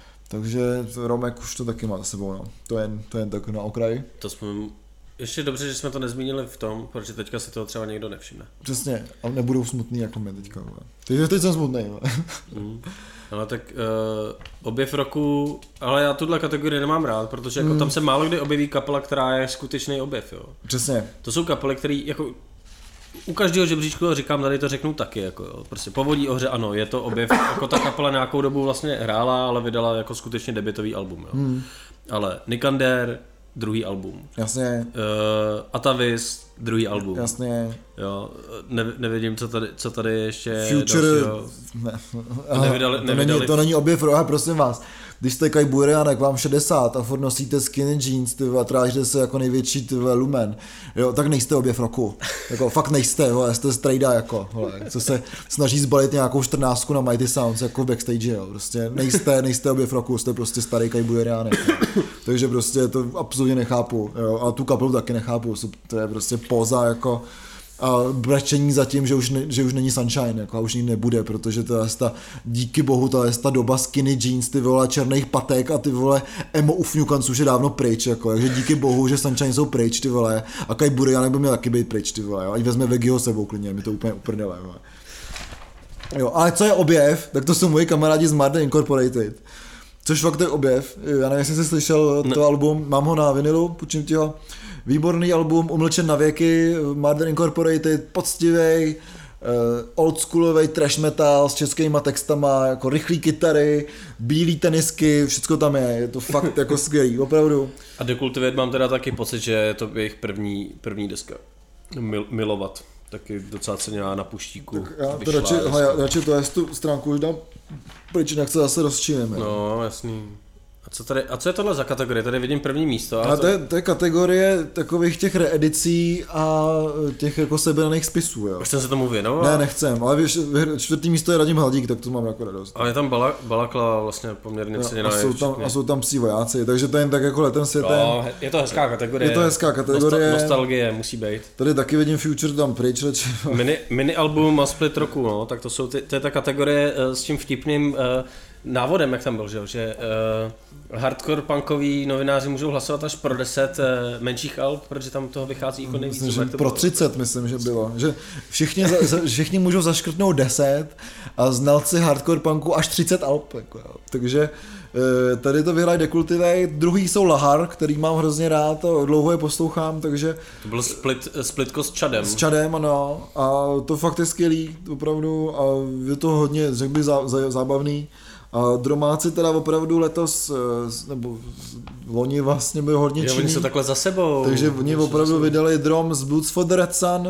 takže Romek už to taky má za sebou, no. To je to jen tak na okraji. To jsme ještě dobře, že jsme to nezmínili v tom, protože teďka si toho třeba někdo nevšimne. Přesně, ale nebudou smutný jako my teďka. Takže teď jsem smutný. Mm. Ale tak uh, objev roku, ale já tuhle kategorii nemám rád, protože jako mm. tam se málo kdy objeví kapela, která je skutečný objev, jo. Přesně. To jsou kapely, které jako u každého žebříčku, říkám, tady to řeknu taky, jako jo. Prostě Povodí ohře, ano, je to objev, jako ta kapela nějakou dobu vlastně hrála, ale vydala jako skutečně debutový album, jo. Mm. Ale Nikander, druhý album. Jasně. Uh, Atavis, druhý album. Jasně. Jo, ne, nevidím, co tady, co tady ještě Future, dalšího. Ne. Nevydali, to, nevydali. Není, to není objev, aha, prosím vás. Když jste Kaj Burianek, vám šedesát a furt nosíte skinny jeans, ty a trážíte se jako největší ty lumen, jo, tak nejste objev roku. Jako fakt nejste, vole, jste strejda jako, vole, co se snaží zbalit nějakou čtrnáctku na Mighty Sounds jako v backstage, jo, prostě nejste, nejste objev roku, jste prostě starý Kaj Burianek. Takže prostě to absolutně nechápu, jo, a tu kapelu taky nechápu, to je prostě poza jako a brečení za tím, že už, ne, že už není Sunshine, jako a už ní nebude, protože to je ta, díky bohu, to je ta doba skinny jeans, ty vole černých patek a ty vole emo ufňukanců už je dávno pryč, jako, takže díky bohu, že Sunshine jsou pryč, ty vole, a Kaj Burianek by měl taky být pryč, ty vole, jo, ať vezme Vegiho sebou klidně, mi to úplně uprdele, vole. Jo, ale co je objev, tak to jsou moji kamarádi z Murder Incorporated, což fakt je objev, já nevím, jestli jsi slyšel to ne. album, mám ho na vinilu, půjčím ti ho. Výborný album, Umlčen na věky, Murder Incorporated, poctivej, oldschoolový trash metal s českýma textama, jako rychlý kytary, bílý tenisky, všecko tam je, je to fakt jako skvělý, opravdu. A Decultivate mám teda taky pocit, že je to jejich první, první deska. Mil, milovat. Taky docela ceněná na puštíku. Tak já to radši, hele, já radši to je tu stránku už dám pryč, jinak se zase rozčineme. No, jasný. A co, tady, a co je tohle za kategorie? Tady vidím první místo. A a to... to, je, to je kategorie takových těch reedicí a těch jako sebraných spisů, jo. Už jsem se tomu věnoval? Ne, nechcem, ale víš, čtvrtý místo je Radim Hladík, tak to mám jako radost. Ale je tam bala, Balakla vlastně poměrně ceněná. A jsou, tam, a jsou tam psí vojáci, takže to je jen tak jako letem světem. No, je to hezká kategorie. Je to hezká kategorie. Nostal- nostalgie musí být. Tady taky vidím Future tam pryč. Mini, mini album a split roku, no, tak to jsou ty, to je ta kategorie uh, s tím vtipným uh, návodem, jak tam byl, že, že uh, hardcore punkoví novináři můžou hlasovat až pro deset uh, menších alb, protože tam toho vychází jako nejvíc. Myslím, že to pro bylo. třicet, myslím, že bylo. Že všichni, za, za, všichni můžou zaškrtnout deset a znalci hardcore punku až třicet alb. Jako, jo. Takže tady to vyhraje Decultivate, druhý jsou Lahar, který mám hrozně rád, dlouho je poslouchám, takže... To byl split, splitko s Čadem. S Čadem, ano, a to fakt je skvělý, opravdu, a je to hodně, řekl bych, zá, zá, zábavný. A Dromáci teda opravdu letos, nebo loni vlastně byli hodně činný. Jo, oni jsou takhle za sebou. Takže oni opravdu vydali Drom z Bloods for the Red Sun,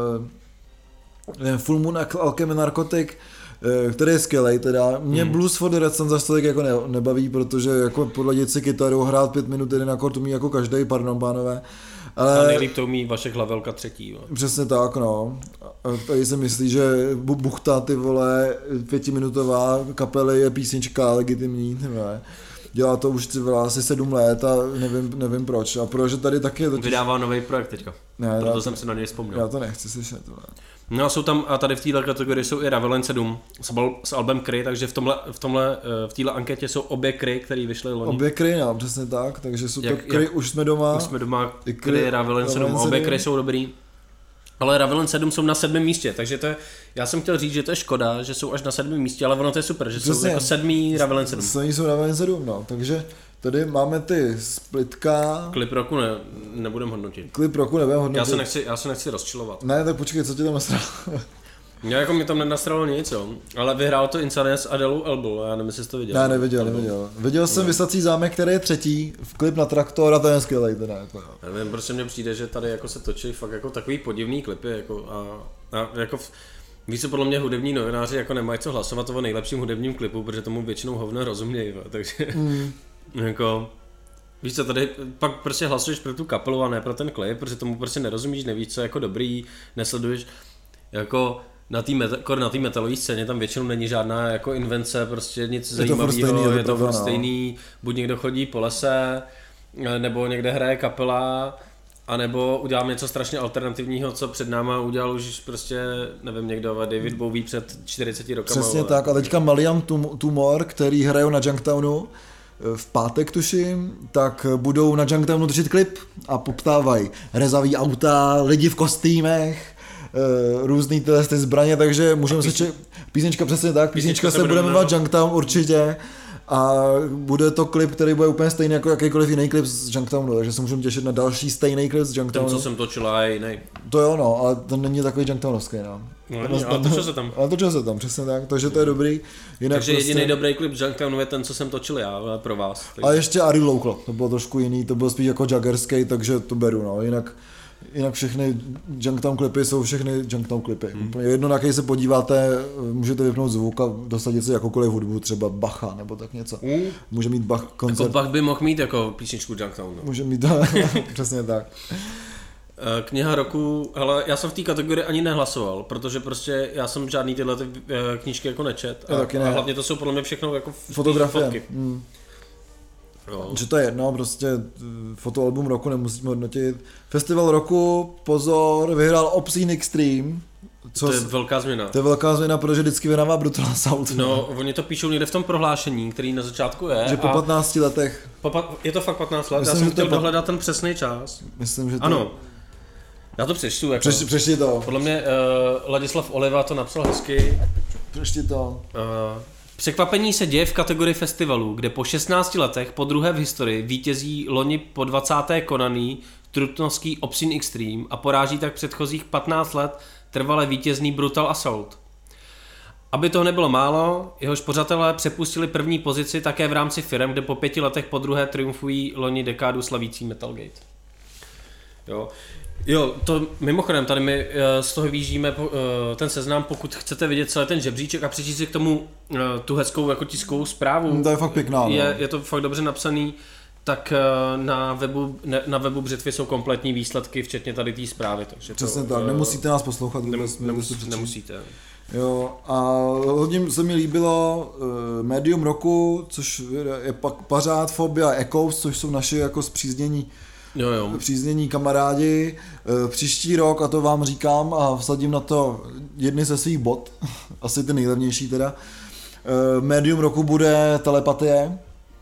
uh, Full Moon Alchemy Narcotic, který je skvělej teda. Mě hmm. Blues for the Red Sun zase tolik jako ne, nebaví, protože jako podle si kytaru hrát pět minut jeden akord umí jako každý, pardon pánové. Ale... A nejlíp to umí Vašek Hlavelka třetí. Jo. Přesně tak, no. A tady si myslí, že Buchta, ty vole, pětiminutová kapely je písnička legitimní, ne. Dělá to už asi sedm let a nevím, nevím proč. A protože tady taky... Totiž... Vydává nový projekt teďka. Ne, proto já, jsem si na něj vzpomněl. Já to nechci slyšet. No a jsou tam, a tady v této kategorii jsou i Ravelin sedm s, s albem Kry, takže v tomhle, v tomhle, v téhle anketě jsou obě Kry, které vyšly loni. Obě Kry, no, přesně tak, takže jsou jak, to Kry, už jsme doma. Už jsme doma, Kry, Ravelin sedm, obě Kry jsou dobrý. Ale Ravelin sedm jsou na sedmém místě, takže to je, já jsem chtěl říct, že to je škoda, že jsou až na sedmém místě, ale ono to je super, že přesně, jsou jako sedmý Ravelin sedm. Sedmý jsou Ravelin sedm, no, takže tady máme ty splitka. Klip roku ne, nebudem hodnotit. Klip roku nebudem hodnotit. Já se nechci, já se nechci rozčilovat. Ne, tak počkej, co ti tam nasralo? Já jako mi tam nenastralo nic, jo. Ale vyhrál to Insanes a Delu Elbow, já nevím, jestli jsi to viděl. Ne, neviděl, neviděl. Viděl jsem Vysací zámek, který je třetí, v klip na traktor a to je skvělej teda. Jako, jo. Já nevím, prostě mně přijde, že tady jako se točí fakt jako takový podivný klipy, jako a, a jako v, víš co, podle mě hudební novináři jako nemají co hlasovat o nejlepším hudebním klipu, protože tomu většinou hovno rozumějí, takže mm. jako... Víš co, tady pak prostě hlasuješ pro tu kapelu a ne pro ten klip, protože tomu prostě nerozumíš, nevíš, co je jako dobrý, nesleduješ jako na té meta, na té metalové scéně tam většinou není žádná jako invence, prostě nic je zajímavého, je to furt stejný, buď někdo chodí po lese, nebo někde hraje kapela, a nebo udělám něco strašně alternativního, co před náma udělal už prostě, nevím, někdo, David Bowie před čtyřiceti rokama. Přesně ale... tak, a teďka Maliam Tumor, který hrajou na Junktownu, v pátek tuším, tak budou na Junktownu točit klip a poptávají rezavý auta, lidi v kostýmech, různý tyhle ty zbraně, takže můžeme se čekat, písnička přesně tak, písnička, písnička se bude jmenovat Junktown určitě a bude to klip, který bude úplně stejný jako jakýkoliv jiný klip z Junktownu, takže se můžeme těšit na další stejný klip z Junktownu. Ten, co jsem točila, je jiný. To jo, no, ale to není takový Junktownovský, no. No, není, ale točil se tam. Ale točil se tam, přesně tak, takže to je dobrý. Jinak takže prostě... jediný dobrý klip z Junktownu je ten, co jsem točil já, pro vás. Takže... A ještě Ari Local, to bylo trošku jiný, to byl spíš jako jaggerský, takže to beru, no, jinak... Jinak všechny Junktown klipy jsou všechny Junktown klipy. Hmm. Úplně jedno, na jaký se podíváte, můžete vypnout zvuk a dosadit si jakoukoliv hudbu, třeba Bacha nebo tak něco. Hmm. Může mít Bach koncert. Jako Bach by mohl mít jako písničku Junktown. No. Může mít, přesně tak. Kniha roku, ale já jsem v té kategorii ani nehlasoval, protože prostě já jsem žádný tyhle ty knížky jako nečet. A, ne. a hlavně to jsou podle mě všechno jako fotografie. Fotky. Hmm. Jo. Že to je jedno, prostě fotoalbum roku nemusíme hodnotit. Festival roku, pozor, vyhrál Obscene Extreme. Co to je velká změna. To je velká změna, protože vždycky vyhrává Brutal Assault. No, oni to píšou někde v tom prohlášení, který na začátku je. Že po patnácti letech. Po, je to fakt patnáct let, myslím, já jsem chtěl pat... dohledat ten přesný čas. Myslím, že to... Ano. Já to přečtu. Jako... Přešti, přešti to. Podle mě uh, Ladislav Oliva to napsal hezky. Přešti to. Uh, Překvapení se děje v kategorii festivalů, kde po šestnácti letech po druhé v historii vítězí loni po dvacáté konaný trutnovský Obscene Extreme a poráží tak předchozích patnáct let trvale vítězný Brutal Assault. Aby toho nebylo málo, jehož pořadatelé přepustili první pozici také v rámci firem, kde po pěti letech po druhé triumfují loni dekádu slavící Metalgate. Jo. Jo, to mimochodem, tady my z toho výjíždíme ten seznam, pokud chcete vidět celý ten žebříček a přečíst si k tomu tu hezkou jako tiskovou zprávu. To je fakt pěkná. Je, je to fakt dobře napsaný, tak na webu, na webu Břitvy jsou kompletní výsledky, včetně tady té zprávy. Takže přesně to, tak, nemusíte nás poslouchat. Nemus, nemus, nemusíte. Jo, a hodně se mi líbilo uh, Médium roku, což je pak Pařád, Fobia, Echoes, což jsou naši jako zpříznění Jo, jo. příznění kamarádi. Příští rok, a to vám říkám a vsadím na to jedny ze svých bot, asi ty nejlevnější teda, médium roku bude Telepatie.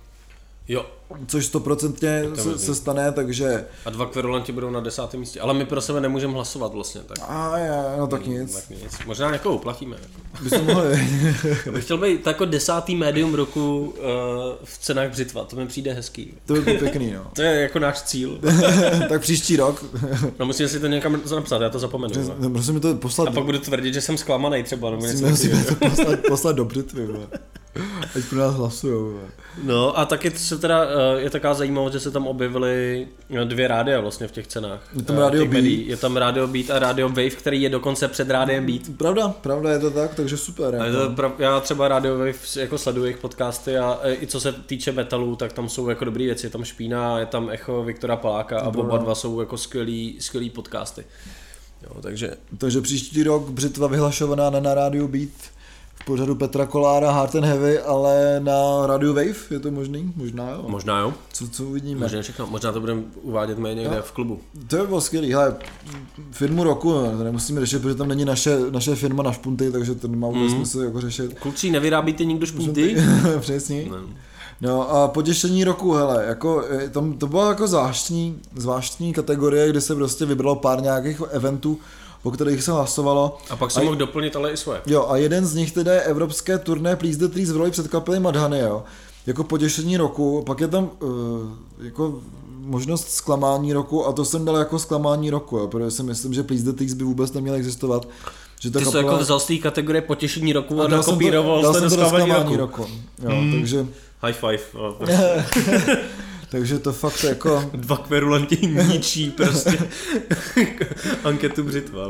Jo. Což stoprocentně se, se stane, takže... A dva kverulanti budou na desátém místě, ale my pro sebe nemůžeme hlasovat vlastně. Tak... A je, no tak nic. Tak nic. Možná někoho uplatíme. Jako. Byste mohli. Já bych chtěl být jako desátý médium roku uh, v cenách Břitva, to mi přijde hezký. To by bylo pěkný, no. To je jako náš cíl. Tak příští rok. No musíme si to někam napsat, já to zapomenu. No. Prosím mi to poslat... A pak budu tvrdit, že jsem zklamanej třeba, nebo něco musíme to poslat, poslat do Břitvy, ne? Ať pro nás hlasujou. No a taky se teda, je taková zajímavost, že se tam objevily dvě rádia vlastně v těch cenách. Je tam Radio Beat. Je tam Radio Beat a Radio Wave, který je dokonce před Rádiem Beat. Pravda, pravda, je to tak, takže super. A je to prav, já třeba Radio Wave jako sleduju jejich podcasty a i co se týče metalu, tak tam jsou jako dobrý věci. Je tam Špína, je tam Echo Viktora Paláka a oba dva jsou jako skvělý, skvělý podcasty. Jo, takže... takže příští rok Břitva vyhlašovaná ne na Radio Beat, v pořadu Petra Kolára Hard and Heavy, ale na Radio Wave, je to možný? Možná jo. Možná jo. Co, co uvidíme? Možná všechno. Možná to budeme uvádět my někde no, v klubu. To by bylo skvělý. Hele, firmu roku to nemusíme řešit, protože tam není naše, naše firma na špunty, takže to nemá vůbec mm. smysl jako řešit. Kluci, nevyrábíte nikdo špunty? Přesně. No. No a potěšení roku, hele, jako, tam, to byla jako zvláštní, zvláštní kategorie, kde se prostě vybralo pár nějakých eventů, po kterých se hlasovalo. A pak jsem mohl doplnit ale i svoje. Jo, a jeden z nich teda je evropské turné Please the Trees v roli před kapely Madhany, jo. Jako potěšení roku, pak je tam uh, jako možnost zklamání roku a to jsem dal jako zklamání roku, jo, protože si myslím, že Please the Trees by vůbec neměl existovat. Že ta Ty kapela... jsi jako vzal z té kategorie potěšení roku a, a nakopíroval jste do zklamání roku. roku. Jo, hmm. takže... High five. No, takže to fakt jako... Dva kverulanti ničí prostě anketu Břitva.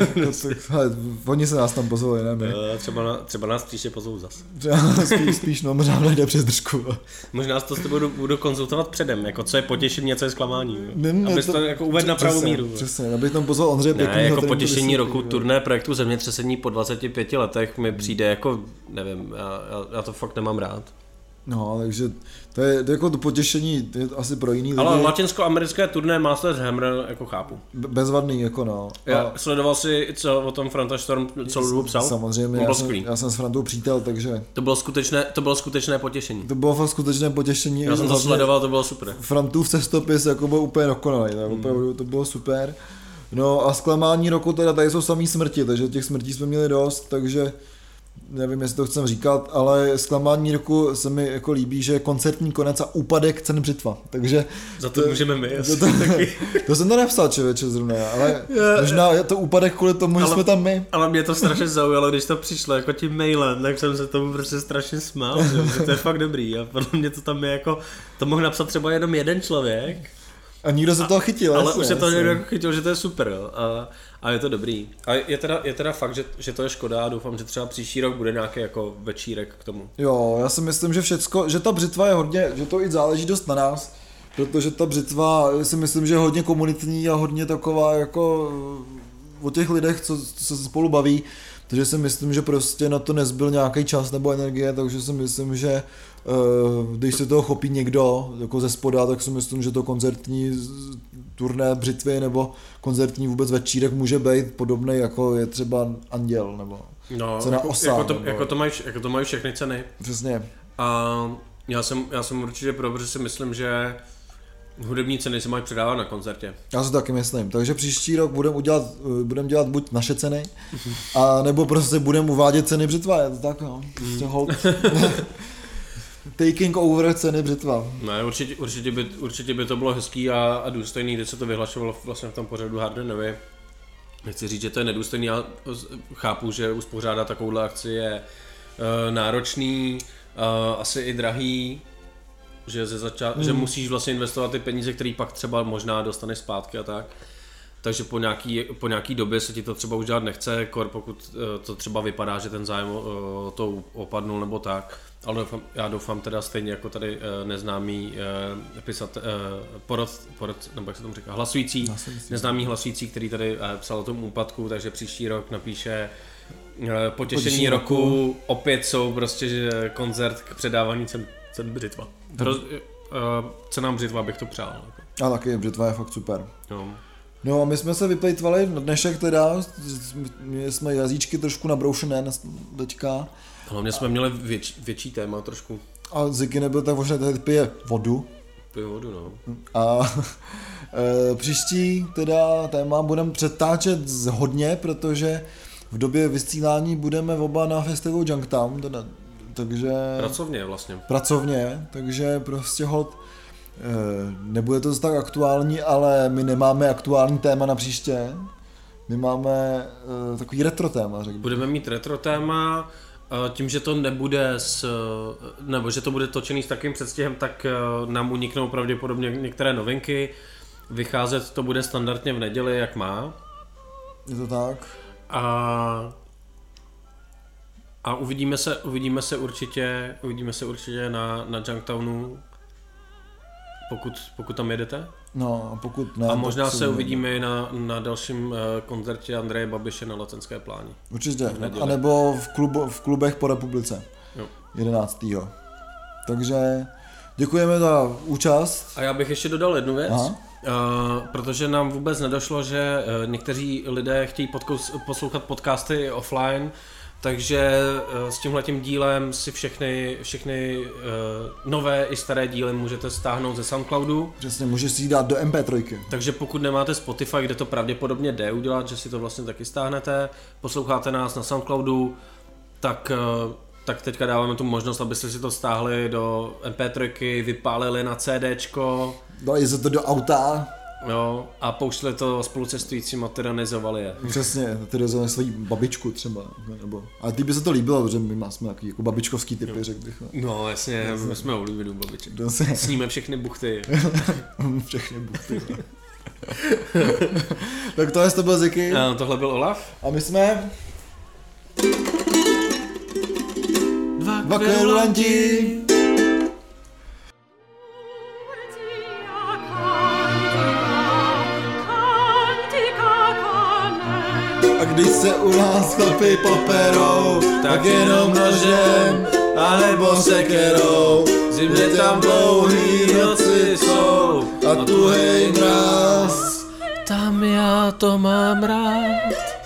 Hele, oni se nás tam pozvali, ne my. Třeba, na, třeba nás příště pozvou zas. Spíš, spíš no, možná nejde přes držku. Možná to s tebou budu, budu konzultovat předem, jako co je potěšení a co je zklamání. Abys to, to jako uvedl na pravou míru. Přesně, abych tam pozval Ondřeje Pěknýho. Ne, jako potěšení roku turné projektu Zemětřesení po dvaceti pěti letech mi přijde jako, nevím, já, já, já to fakt nemám rád. No, takže to je, to je jako to potěšení, to je asi pro jiný lidi. Ale latinsko-americké turné Masters Hammer jako chápu. Bezvadný, jako no. Já a... sledoval si, co o tom Franta Storm celou dobu psal? Samozřejmě, já jsem, já jsem s Frantou přítel, takže... To bylo skutečné, to bylo skutečné potěšení. To bylo fakt skutečné potěšení. Já jsem to sledoval, to bylo super. Frantův cestopis jako byl úplně dokonalý, tak hmm. opravdu to bylo super. No a zklamání roku teda, tady jsou samý smrti, takže těch smrtí jsme měli dost, takže... Nevím, jestli to chcem říkat, ale zklamání roku se mi jako líbí, že je koncertní konec a úpadek cen Břitva, takže... Za to, to můžeme my, to, to, to jsem to nepsal, člověče, zrovna, ale možná je to úpadek kvůli tomu, ale, že jsme tam my. Ale mě to strašně zaujalo, když to přišlo jako tím mailem, tak jsem se tomu prostě strašně smál, že to je fakt dobrý a podle mě to tam je jako, to mohl napsat třeba jenom jeden člověk. A nikdo se toho chytil, ale jasně, už se to jasně. někdo chytil, že to je super, jo. A, a je to dobrý. A je teda, je teda fakt, že, že to je škoda a doufám, že třeba příští rok bude nějaký jako večírek k tomu. Jo, já si myslím, že všecko, že ta Břitva je hodně, že to i záleží dost na nás, protože ta Břitva si myslím, že je hodně komunitní a hodně taková jako o těch lidech, co, co se spolu baví, takže si myslím, že prostě na to nezbyl nějaký čas nebo energie, takže si myslím, že když se toho chopí někdo jako ze spoda, tak si myslím, že to koncertní turné Břitvy nebo koncertní vůbec večírek může být podobný, jako je třeba Anděl nebo no, cena Osa. Jako to, nebo... jako, to mají, jako to mají všechny ceny. Přesně. A já jsem, já jsem určitě pro, protože si myslím, že hudební ceny se mají předávat na koncertě. Já si taky myslím, takže příští rok budeme udělat, budeme dělat buď naše ceny, a nebo prostě budeme uvádět ceny Břitva, je to tak no, prostě hold. Taking over ceny Břitva. Ne, určitě, určitě, by, určitě by to bylo hezký a, a důstojný, když se to vyhlašovalo vlastně v tom pořadu Hard and Heavy. nechci říct, že to je nedůstojný, já chápu, že uspořádat takovouhle akci je uh, náročný, uh, asi i drahý, že, ze zača- mm. že musíš vlastně investovat ty peníze, které pak třeba možná dostaneš zpátky a tak. Takže po nějaký, po nějaký době se ti to třeba už dělat nechce, kor pokud uh, to třeba vypadá, že ten zájem uh, to opadnul nebo tak. Ale doufám, já doufám teda stejně jako tady uh, neznámý uh, pisat, uh, porod, porod, nebo jak se tomu říká, hlasující, hlasující. neznámý hlasující, který tady uh, psal o tom úpadku, takže příští rok napíše uh, potěšení, potěšení roku, roku, opět jsou prostě že koncert k předávání cen, cen břitva. Hmm. Roz, uh, cenám břitva bych to přál. Jako. A taky břitva je fakt super. No. No a my jsme se vyplejtvali na dnešek teda, měli jsme jazyčky trošku nabroušené teďka. Hlavně jsme měli věč, větší téma trošku. A Ziky nebyl tak možná, tady pije vodu. Pije vodu, no. A e, příští teda téma budeme přetáčet hodně, protože v době vysílání budeme oba na festivalu Junktown, teda, takže... Pracovně vlastně. Pracovně, takže prostě hod... Nebude to tak aktuální, ale my nemáme aktuální téma na příště. My máme uh, takový retro téma, řekl bych. Budeme mít retro téma, tím, že to nebude s, nebo že to bude točený s takým předstihem, tak nám uniknou pravděpodobně některé novinky. Vycházet to bude standardně v neděli, jak má. Je to tak. A a uvidíme se, uvidíme se určitě, uvidíme se určitě na, na Junktownu. Pokud, pokud tam jedete. No a pokud ne. A možná se uvidíme i na, na dalším uh, koncertě Andreje Babiše na Letenské pláni. Určitě. A nebo v, klubu, v klubech po republice. Jo. jedenáctého Takže děkujeme za účast. A já bych ještě dodal jednu věc. Uh, protože nám vůbec nedošlo, že uh, někteří lidé chtějí podkous, poslouchat podcasty offline. Takže s tímhletím dílem si všechny, všechny uh, nové i staré díly můžete stáhnout ze Soundcloudu. Přesně, můžeš si ji dát do em pé tři. Takže pokud nemáte Spotify, kde to pravděpodobně jde udělat, že si to vlastně taky stáhnete, posloucháte nás na Soundcloudu, tak, uh, tak teďka dáváme tu možnost, abyste si to stáhli do em pé tři, vypálili na CDčko. Dali se to do auta. Jo, a pouštěli to spolucestujícím a tyranizovali je. Přesně, tyranizovali svoji babičku třeba, nebo... Ale ty by se to líbilo, protože my jsme takový jako babičkovský typy, řekl bych. No jasně, my jsme oblíbenou babiček. Sníme všechny buchty. Všechny buchty. Tak tohle to byl Ziky. No, tohle byl Olaf. A my jsme... Dva, Dva kverulanti. Když se u nás chlapi poperou, tak jenom nožem, anebo sekerou. Zimně tam dlouhý noci jsou a tuhej mráz. Tam já to mám rád.